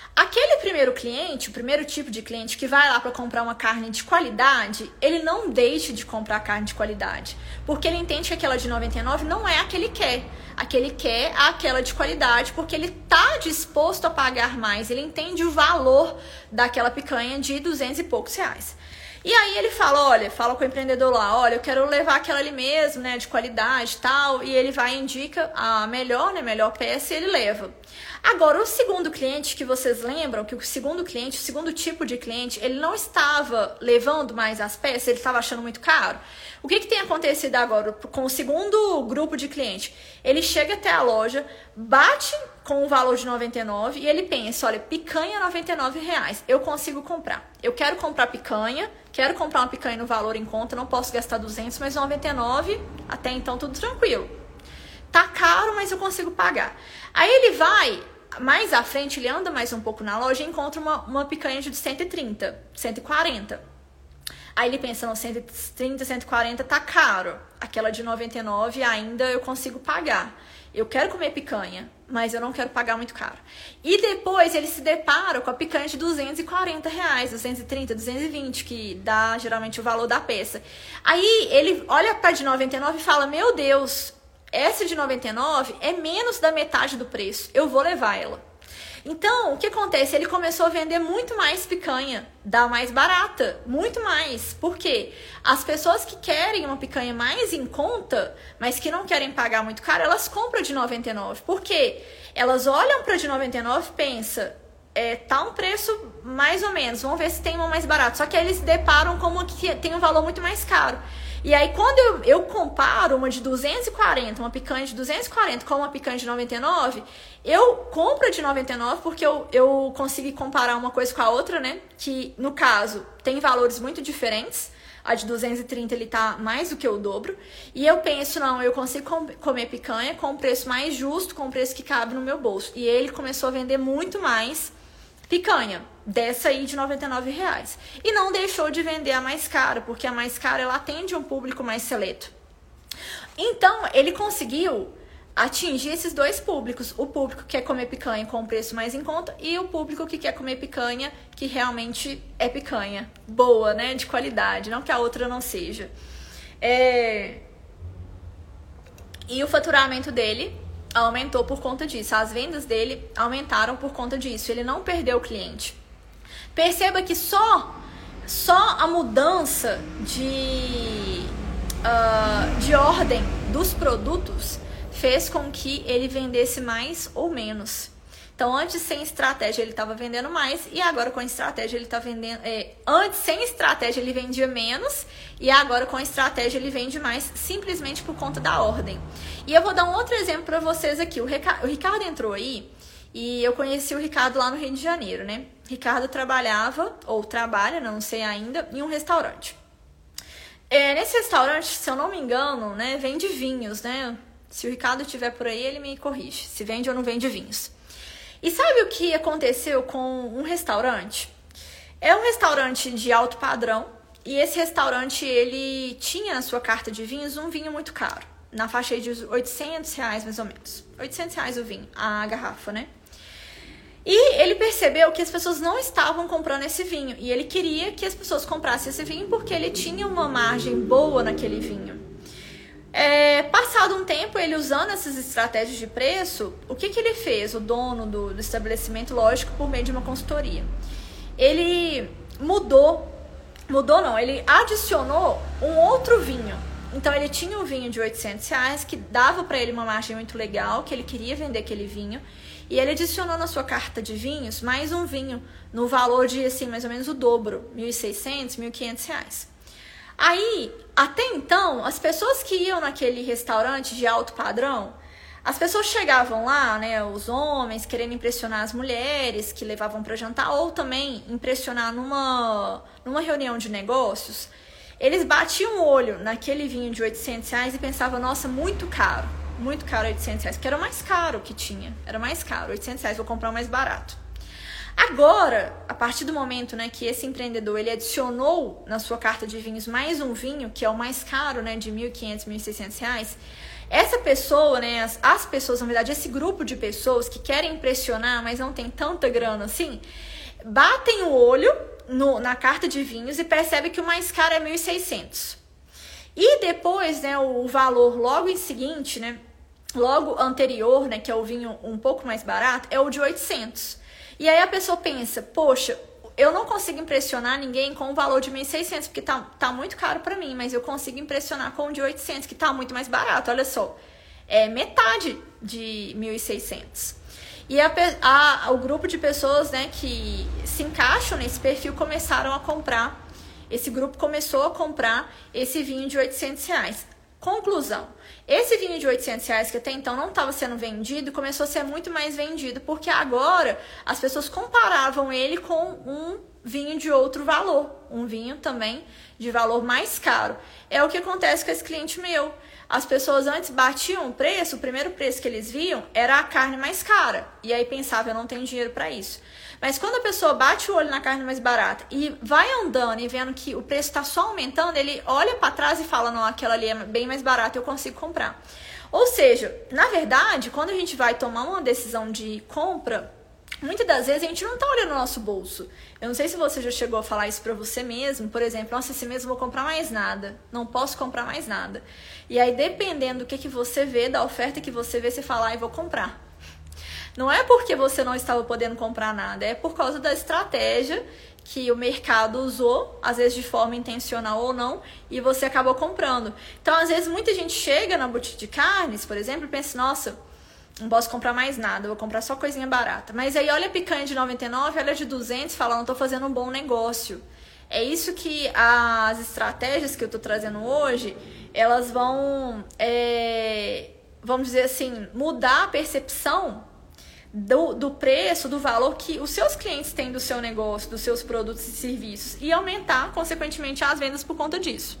Aquele primeiro cliente, o primeiro tipo de cliente que vai lá para comprar uma carne de qualidade, ele não deixa de comprar carne de qualidade, porque ele entende que aquela de noventa e nove não é a que ele quer. A que ele quer é aquela de qualidade, porque ele tá disposto a pagar mais, ele entende o valor daquela picanha de duzentos e poucos reais. E aí ele fala, olha, fala com o empreendedor lá, olha, eu quero levar aquela ali mesmo, né, de qualidade e tal, e ele vai e indica a melhor, né, melhor peça e ele leva. Agora, o segundo cliente, que vocês lembram, que o segundo cliente, o segundo tipo de cliente, ele não estava levando mais as peças, ele estava achando muito caro. O que, que tem acontecido agora com o segundo grupo de cliente? Ele chega até a loja, bate com o valor de noventa e nove e ele pensa, olha, picanha noventa e nove reais, eu consigo comprar. Eu quero comprar picanha, quero comprar uma picanha no valor em conta, não posso gastar duzentos, mas noventa e nove, até então tudo tranquilo. Tá caro, mas eu consigo pagar. Aí ele vai, mais à frente, ele anda mais um pouco na loja e encontra uma, uma picanha de cento e trinta, cento e quarenta. Aí ele pensa, não, cento e trinta, cento e quarenta tá caro. Aquela de noventa e nove ainda eu consigo pagar. Eu quero comer picanha, mas eu não quero pagar muito caro. E depois ele se depara com a picanha de duzentos e quarenta reais, duzentos e trinta, duzentos e vinte, que dá geralmente o valor da peça. Aí ele olha para de noventa e nove e fala, meu Deus, essa de noventa e nove é menos da metade do preço, eu vou levar ela. Então, o que acontece? Ele começou a vender muito mais picanha, da mais barata, muito mais. Por quê? As pessoas que querem uma picanha mais em conta, mas que não querem pagar muito caro, elas compram de noventa e nove. Por quê? Elas olham para de noventa e nove e pensam, é, tá um preço mais ou menos, vamos ver se tem uma mais barata. Só que aí eles se deparam com uma que tem um valor muito mais caro. E aí, quando eu, eu comparo uma de duzentos e quarenta, uma picanha de duzentos e quarenta com uma picanha de noventa e nove, eu compro a de noventa e nove porque eu, eu consegui comparar uma coisa com a outra, né? Que, no caso, tem valores muito diferentes. A de duzentos e trinta, ele tá mais do que o dobro. E eu penso, não, eu consigo com, comer picanha com um preço mais justo, com um preço que cabe no meu bolso. E ele começou a vender muito mais picanha, dessa aí de noventa e nove reais. E não deixou de vender a mais cara, porque a mais cara ela atende um público mais seleto. Então, ele conseguiu atingir esses dois públicos. O público que quer comer picanha com preço mais em conta e o público que quer comer picanha que realmente é picanha. Boa, né? De qualidade, não que a outra não seja. É... E o faturamento dele aumentou por conta disso. As vendas dele aumentaram por conta disso. Ele não perdeu o cliente. Perceba que só, só a mudança de, uh, de ordem dos produtos fez com que ele vendesse mais ou menos. Então, antes, sem estratégia, ele estava vendendo mais e agora com estratégia ele está vendendo... É, antes, sem estratégia, ele vendia menos e agora com estratégia ele vende mais simplesmente por conta da ordem. E eu vou dar um outro exemplo para vocês aqui. O, Reca... o Ricardo entrou aí e eu conheci o Ricardo lá no Rio de Janeiro, né? Ricardo trabalhava, ou trabalha, não sei ainda, em um restaurante. É, nesse restaurante, se eu não me engano, né, vende vinhos, né? Se o Ricardo estiver por aí, ele me corrige. Se vende ou não vende vinhos. E sabe o que aconteceu com um restaurante? É um restaurante de alto padrão e esse restaurante, ele tinha na sua carta de vinhos um vinho muito caro. Na faixa de oitocentos reais, mais ou menos. oitocentos reais o vinho, a garrafa, né? E ele percebeu que as pessoas não estavam comprando esse vinho. E ele queria que as pessoas comprassem esse vinho porque ele tinha uma margem boa naquele vinho. É, passado um tempo, ele usando essas estratégias de preço, o que, que ele fez? O dono do, do estabelecimento, lógico, por meio de uma consultoria. Ele mudou, mudou não, ele adicionou um outro vinho. Então, ele tinha um vinho de oitocentos reais, que dava para ele uma margem muito legal, que ele queria vender aquele vinho. E ele adicionou na sua carta de vinhos mais um vinho, no valor de, assim, mais ou menos o dobro, mil e seiscentos, mil e quinhentos reais. Aí, até então, as pessoas que iam naquele restaurante de alto padrão, as pessoas chegavam lá, né, os homens querendo impressionar as mulheres que levavam para jantar, ou também impressionar numa, numa reunião de negócios, eles batiam o olho naquele vinho de oitocentos reais e pensavam, nossa, muito caro, muito caro oitocentos reais, que era o mais caro que tinha, era mais caro, oitocentos reais, vou comprar o mais barato. Agora, a partir do momento, né, que esse empreendedor ele adicionou na sua carta de vinhos mais um vinho, que é o mais caro, né, de mil e quinhentos, mil e seiscentos reais, Essa pessoa, né, as, as pessoas, na verdade, esse grupo de pessoas que querem impressionar, mas não tem tanta grana assim, batem o olho no, na carta de vinhos e percebem que o mais caro é mil e seiscentos. E depois, né, o valor logo em seguinte, né, logo anterior, né, que é o vinho um pouco mais barato, é o de oitocentos. E aí a pessoa pensa, poxa, eu não consigo impressionar ninguém com o valor de mil e seiscentos, porque tá, tá muito caro para mim, mas eu consigo impressionar com o de oitocentos, que tá muito mais barato, olha só. É metade de mil e seiscentos. E a, a, o grupo de pessoas, né, que se encaixam nesse perfil começaram a comprar. Esse grupo começou a comprar esse vinho de oitocentos reais. Conclusão, esse vinho de oitocentos reais que até então não estava sendo vendido, começou a ser muito mais vendido, porque agora as pessoas comparavam ele com um vinho de outro valor, um vinho também de valor mais caro. É o que acontece com esse cliente meu. As pessoas antes batiam o preço, o primeiro preço que eles viam era a carne mais cara, e aí pensava, eu não tenho dinheiro para isso. Mas quando a pessoa bate o olho na carne mais barata e vai andando e vendo que o preço está só aumentando, ele olha para trás e fala, não, aquela ali é bem mais barata, eu consigo comprar. Ou seja, na verdade, quando a gente vai tomar uma decisão de compra, muitas das vezes a gente não está olhando no nosso bolso. Eu não sei se você já chegou a falar isso para você mesmo, por exemplo, nossa, esse mês eu vou comprar mais nada, não posso comprar mais nada. E aí, dependendo do que, que você vê, da oferta que você vê, você fala, ah, eu vou comprar. Não é porque você não estava podendo comprar nada, é por causa da estratégia que o mercado usou, às vezes de forma intencional ou não, e você acabou comprando. Então, às vezes, muita gente chega na boutique de carnes, por exemplo, e pensa, nossa, não posso comprar mais nada, vou comprar só coisinha barata. Mas aí olha a picanha de noventa e nove, olha a de duzentos e fala, não estou fazendo um bom negócio. É isso que as estratégias que eu estou trazendo hoje, elas vão, é, vamos dizer assim, mudar a percepção Do, do preço, do valor que os seus clientes têm do seu negócio, dos seus produtos e serviços e aumentar, consequentemente, as vendas por conta disso.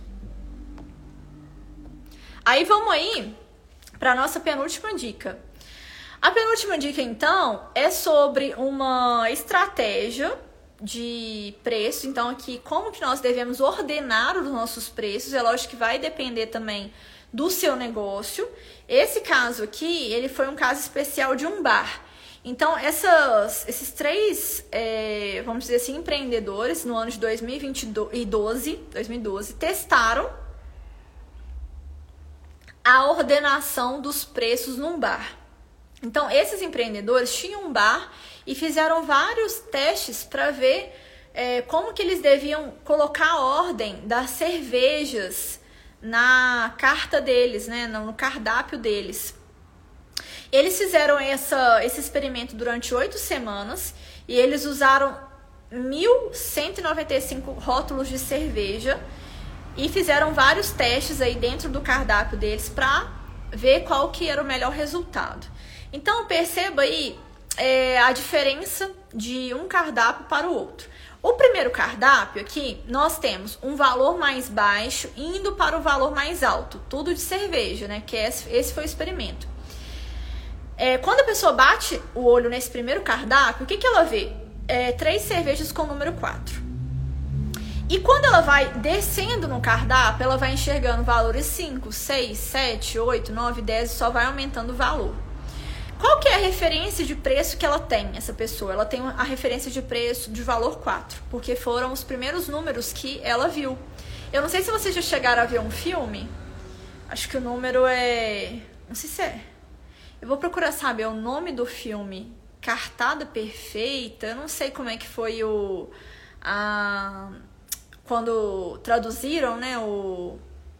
Aí vamos aí para a nossa penúltima dica. A penúltima dica, então, é sobre uma estratégia de preço. Então, aqui, como que nós devemos ordenar os nossos preços. É lógico que vai depender também do seu negócio. Esse caso aqui, ele foi um caso especial de um bar. Então, essas, esses três, é, vamos dizer assim, empreendedores, no ano de dois mil e doze, testaram a ordenação dos preços num bar. Então, esses empreendedores tinham um bar e fizeram vários testes para ver é, como que eles deviam colocar a ordem das cervejas na carta deles, né, no cardápio deles. Eles fizeram essa, esse experimento durante oito semanas e eles usaram mil cento e noventa e cinco rótulos de cerveja e fizeram vários testes aí dentro do cardápio deles para ver qual que era o melhor resultado. Então, perceba aí é, a diferença de um cardápio para o outro. O primeiro cardápio aqui, nós temos um valor mais baixo indo para o valor mais alto, tudo de cerveja, né? Que esse, esse foi o experimento. É, quando a pessoa bate o olho nesse primeiro cardápio, o que, que ela vê? É, três cervejas com o número quatro. E quando ela vai descendo no cardápio, ela vai enxergando valores cinco, seis, sete, oito, nove, dez e só vai aumentando o valor. Qual que é a referência de preço que ela tem, essa pessoa? Ela tem a referência de preço de valor quatro, porque foram os primeiros números que ela viu. Eu não sei se vocês já chegaram a ver um filme, acho que o número é... não sei se é... Eu vou procurar saber o nome do filme, Cartada Perfeita, eu não sei como é que foi o... A, quando traduziram, né, o,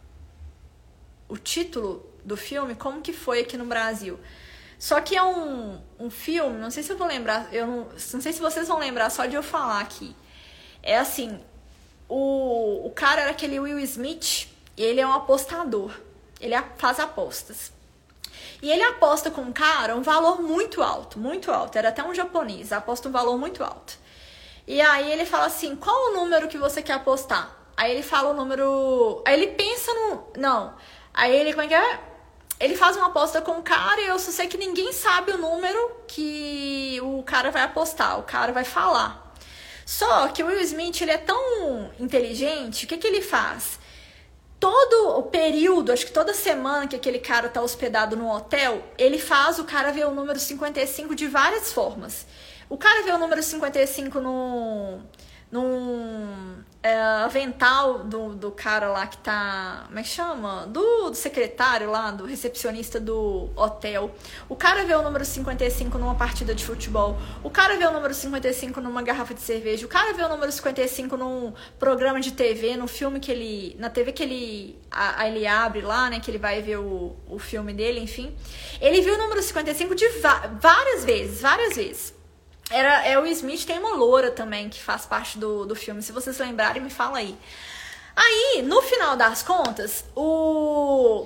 o título do filme, como que foi aqui no Brasil. Só que é um, um filme, não sei se eu vou lembrar, eu não, não sei se vocês vão lembrar só de eu falar aqui. É assim, o, o cara era aquele Will Smith, e ele é um apostador, ele faz apostas. E ele aposta com um cara um valor muito alto, muito alto. Era até um japonês, aposta um valor muito alto. E aí ele fala assim, qual o número que você quer apostar? Aí ele fala o número... Aí ele pensa no... Não. Aí ele, como é que é? Ele faz uma aposta com o cara e eu só sei que ninguém sabe o número que o cara vai apostar, o cara vai falar. Só que o Will Smith, ele é tão inteligente, o que que ele faz? todo o período, acho que toda semana que aquele cara tá hospedado no hotel, ele faz o cara ver o número cinquenta e cinco de várias formas. O cara vê o número cinquenta e cinco no, num é, avental do, do cara lá que tá... Como é que chama? Do, do secretário lá, do recepcionista do hotel. O cara vê o número cinquenta e cinco numa partida de futebol. O cara vê o número cinquenta e cinco numa garrafa de cerveja. O cara vê o número cinquenta e cinco num programa de T V, num filme que ele... Na T V que ele, a, a ele abre lá, né? Que ele vai ver o, o filme dele, enfim. Ele viu o número cinquenta e cinco de várias vezes, várias vezes. Era, é o Smith, tem uma loura também que faz parte do, do filme. Se vocês lembrarem, me fala aí. Aí, no final das contas, o,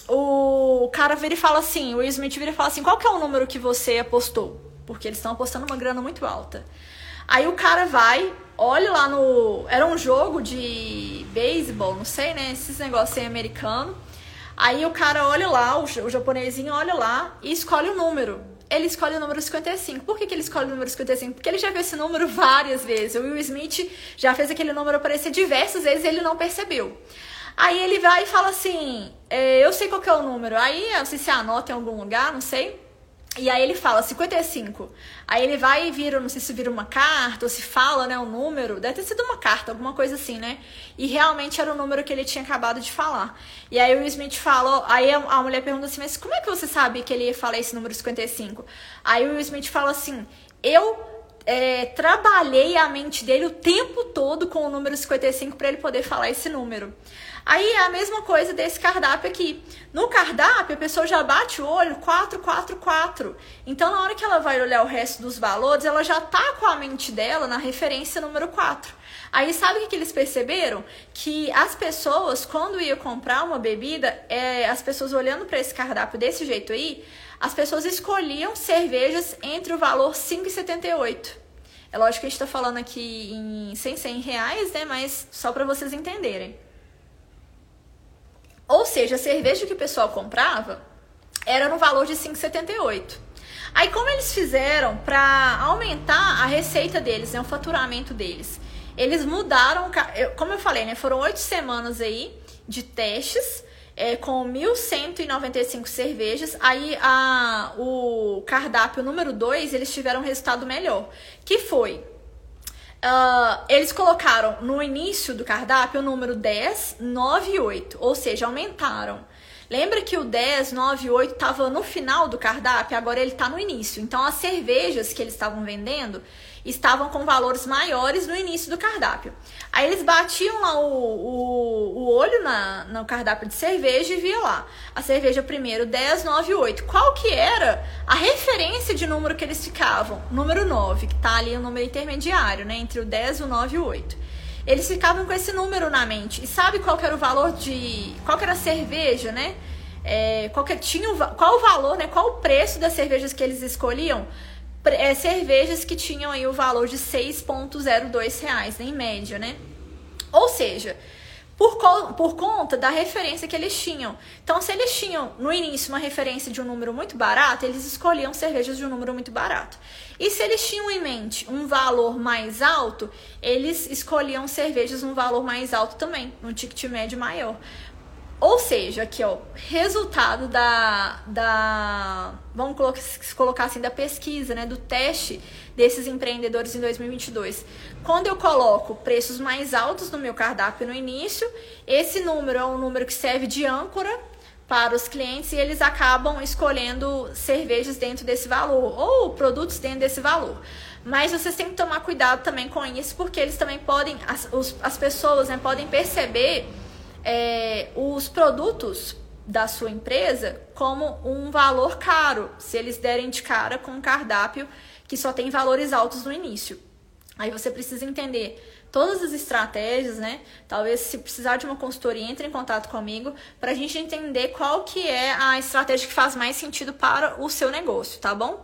o cara vira e fala assim, o Smith vira e fala assim, qual que é o número que você apostou? Porque eles estão apostando uma grana muito alta. Aí o cara vai, olha lá no... Era um jogo de beisebol, não sei, né? Esses negócios aí americanos. Aí o cara olha lá, o, o japonesinho olha lá e escolhe o número. Ele escolhe o número cinquenta e cinco. Por que, que ele escolhe o número cinquenta e cinco? Porque ele já viu esse número várias vezes. O Will Smith já fez aquele número aparecer diversas vezes e ele não percebeu. Aí ele vai e fala assim, é, eu sei qual que é o número. Aí, eu não sei se anota em algum lugar, não sei. E aí ele fala cinquenta e cinco. Aí ele vai e vira, não sei se vira uma carta ou se fala, né, o número. Deve ter sido uma carta, alguma coisa assim, né? E realmente era o número que ele tinha acabado de falar. E aí o Smith fala, aí a mulher pergunta assim, mas como é que você sabe que ele ia falar esse número cinquenta e cinco? Aí o Smith fala assim, eu é, trabalhei a mente dele o tempo todo com o número cinquenta e cinco para ele poder falar esse número. Aí é a mesma coisa desse cardápio aqui. No cardápio, a pessoa já bate o olho quatro, quatro, quatro. Então, na hora que ela vai olhar o resto dos valores, ela já tá com a mente dela na referência número quatro. Aí, sabe o que, que eles perceberam? Que as pessoas, quando iam comprar uma bebida, é, as pessoas olhando para esse cardápio desse jeito aí, as pessoas escolhiam cervejas entre o valor cinco e setenta e oito. É lógico que a gente tá falando aqui em cem, cem reais, né? Mas só para vocês entenderem. Ou seja, a cerveja que o pessoal comprava era no valor de cinco e setenta e oito. Aí, como eles fizeram para aumentar a receita deles, né, o faturamento deles? Eles mudaram, como eu falei, né, foram oito semanas aí de testes, é, com mil cento e noventa e cinco cervejas. Aí, a, o cardápio número dois, eles tiveram um resultado melhor, que foi... Uh, eles colocaram no início do cardápio o número dez, nove e oito, ou seja, aumentaram. Lembra que o dez, nove e oito estava no final do cardápio, agora ele está no início. Então, as cervejas que eles estavam vendendo estavam com valores maiores no início do cardápio. Aí eles batiam lá o, o, o olho na, no cardápio de cerveja e via lá. A cerveja primeiro, dez, nove e oito. Qual que era a referência de número que eles ficavam? Número nove, que tá ali o número intermediário, né? Entre o dez, o nove e o oito. Eles ficavam com esse número na mente. E sabe qual que era o valor de... Qual que era a cerveja, né? É, qual, que tinha o, qual o valor, né? Qual o preço das cervejas que eles escolhiam? É, cervejas que tinham aí o valor de seis vírgula zero dois reais, né, em média, né? Ou seja, por, co por conta da referência que eles tinham. Então, se eles tinham no início uma referência de um número muito barato, eles escolhiam cervejas de um número muito barato. E se eles tinham em mente um valor mais alto, eles escolhiam cervejas um valor mais alto também, um ticket médio maior. Ou seja, aqui ó, resultado da, da vamos colocar, colocar assim, da pesquisa, né, do teste desses empreendedores em dois mil e vinte e dois. Quando eu coloco preços mais altos no meu cardápio no início, esse número é um número que serve de âncora para os clientes e eles acabam escolhendo cervejas dentro desse valor ou produtos dentro desse valor. Mas vocês têm que tomar cuidado também com isso, porque eles também podem, as, os, as pessoas, né, podem perceber É, os produtos da sua empresa como um valor caro, se eles derem de cara com um cardápio que só tem valores altos no início. Aí você precisa entender todas as estratégias, né? Talvez, se precisar de uma consultoria, entre em contato comigo para a gente entender qual que é a estratégia que faz mais sentido para o seu negócio, tá bom?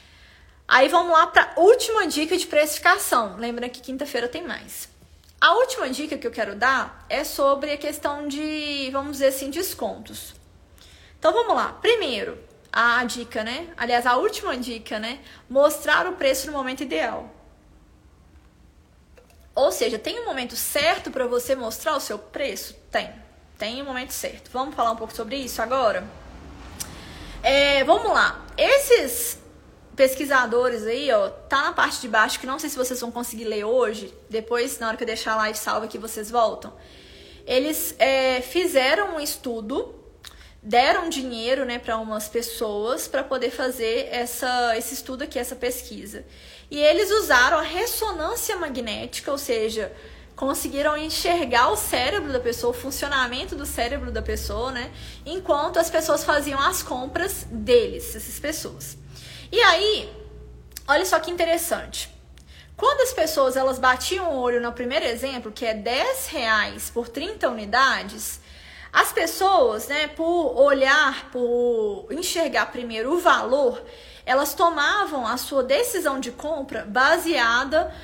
Aí vamos lá para a última dica de precificação. Lembra que quinta-feira tem mais. A última dica que eu quero dar é sobre a questão de, vamos dizer assim, descontos. Então, vamos lá. Primeiro, a dica, né? Aliás, a última dica, né? Mostrar o preço no momento ideal. Ou seja, tem um momento certo para você mostrar o seu preço? Tem. tem o momento certo. Vamos falar um pouco sobre isso agora? É, vamos lá. Esses pesquisadores aí, ó, tá na parte de baixo, que não sei se vocês vão conseguir ler hoje. Depois, na hora que eu deixar a live salva aqui, vocês voltam. Eles é, fizeram um estudo, deram dinheiro, né, para umas pessoas para poder fazer essa, esse estudo aqui, essa pesquisa. E eles usaram a ressonância magnética, ou seja, conseguiram enxergar o cérebro da pessoa, o funcionamento do cérebro da pessoa, né, enquanto as pessoas faziam as compras deles, essas pessoas. E aí, olha só que interessante. Quando as pessoas elas batiam o olho no primeiro exemplo, que é dez reais por trinta unidades, as pessoas, né, por olhar, por enxergar primeiro o valor, elas tomavam a sua decisão de compra baseada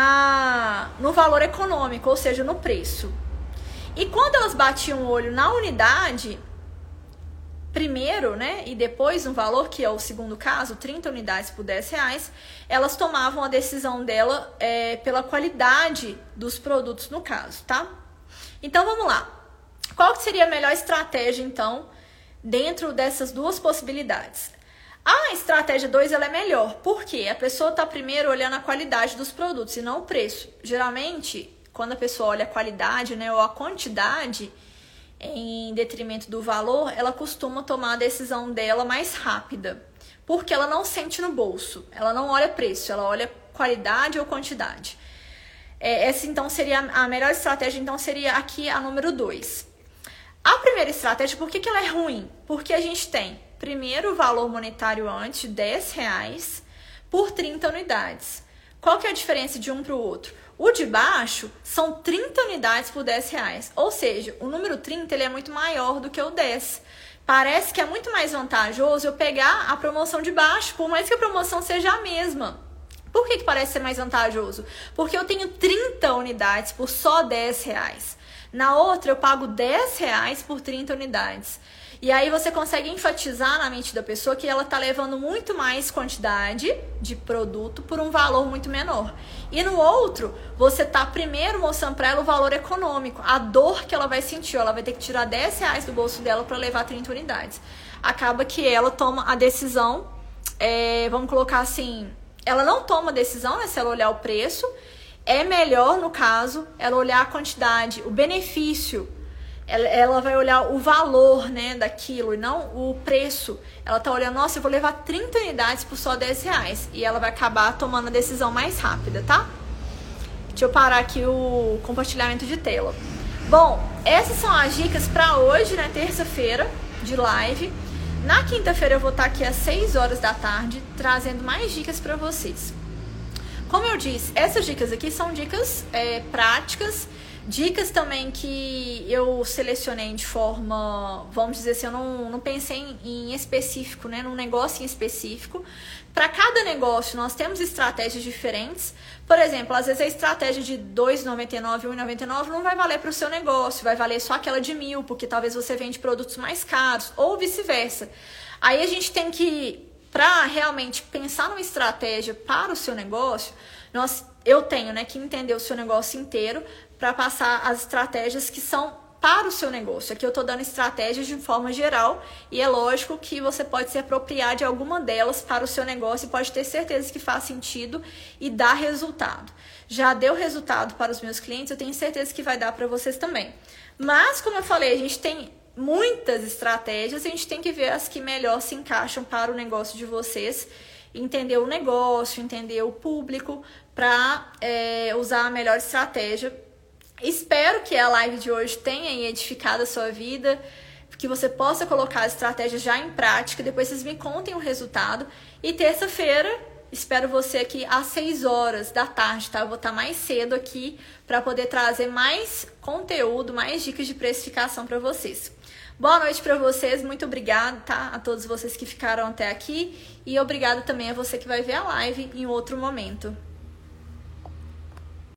na, no valor econômico, ou seja, no preço. E quando elas batiam o olho na unidade, primeiro, né, e depois no valor, que é o segundo caso, trinta unidades por dez reais, elas tomavam a decisão dela é, pela qualidade dos produtos no caso, tá? Então, vamos lá. Qual seria a melhor estratégia, então, dentro dessas duas possibilidades? A estratégia dois ela é melhor, porque a pessoa está primeiro olhando a qualidade dos produtos e não o preço. Geralmente, quando a pessoa olha a qualidade, né, ou a quantidade, em detrimento do valor, ela costuma tomar a decisão dela mais rápida, porque ela não sente no bolso, ela não olha preço, ela olha qualidade ou quantidade. É, essa então seria a melhor estratégia, então seria aqui a número dois. A primeira estratégia, por que, que ela é ruim? Porque a gente tem primeiro o valor monetário antes, dez reais por trinta unidades. Qual que é a diferença de um para o outro? O de baixo são trinta unidades por dez reais. Ou seja, o número trinta ele é muito maior do que o dez. Parece que é muito mais vantajoso eu pegar a promoção de baixo, por mais que a promoção seja a mesma. Por que, que parece ser mais vantajoso? Porque eu tenho trinta unidades por só dez reais. Na outra eu pago dez reais por trinta unidades. E aí você consegue enfatizar na mente da pessoa que ela está levando muito mais quantidade de produto por um valor muito menor. E no outro, você está primeiro mostrando para ela o valor econômico, a dor que ela vai sentir. Ela vai ter que tirar dez reais do bolso dela para levar trinta unidades. Acaba que ela toma a decisão, é, vamos colocar assim, ela não toma a decisão, né, se ela olhar o preço. É melhor, no caso, ela olhar a quantidade, o benefício. Ela, ela vai olhar o valor, né, daquilo e não o preço. Ela tá olhando, nossa, eu vou levar trinta unidades por só dez reais. E ela vai acabar tomando a decisão mais rápida, tá? Deixa eu parar aqui o compartilhamento de tela. Bom, essas são as dicas para hoje, né, terça-feira, de live. Na quinta-feira eu vou estar aqui às seis horas da tarde, trazendo mais dicas para vocês. Como eu disse, essas dicas aqui são dicas é, práticas, dicas também que eu selecionei de forma, vamos dizer assim, eu não, não pensei em, em específico, né, num negócio em específico. Para cada negócio nós temos estratégias diferentes. Por exemplo, às vezes a estratégia de dois reais e noventa e nove centavos, um real e noventa e nove centavos não vai valer para o seu negócio, vai valer só aquela de mil, porque talvez você vende produtos mais caros, ou vice-versa. Aí a gente tem que, para realmente pensar numa estratégia para o seu negócio, nós, eu tenho, né, que entender o seu negócio inteiro para passar as estratégias que são para o seu negócio. Aqui eu estou dando estratégias de forma geral e é lógico que você pode se apropriar de alguma delas para o seu negócio e pode ter certeza que faz sentido e dá resultado. Já deu resultado para os meus clientes, eu tenho certeza que vai dar para vocês também. Mas, como eu falei, a gente tem muitas estratégias, a gente tem que ver as que melhor se encaixam para o negócio de vocês, entender o negócio, entender o público, para é, usar a melhor estratégia. Espero que a live de hoje tenha edificado a sua vida, que você possa colocar a estratégia já em prática, depois vocês me contem o resultado. E terça-feira, espero você aqui às seis horas da tarde, tá? Eu vou estar mais cedo aqui para poder trazer mais conteúdo, mais dicas de precificação para vocês. Boa noite para vocês, muito obrigada, tá? A todos vocês que ficaram até aqui e obrigada também a você que vai ver a live em outro momento.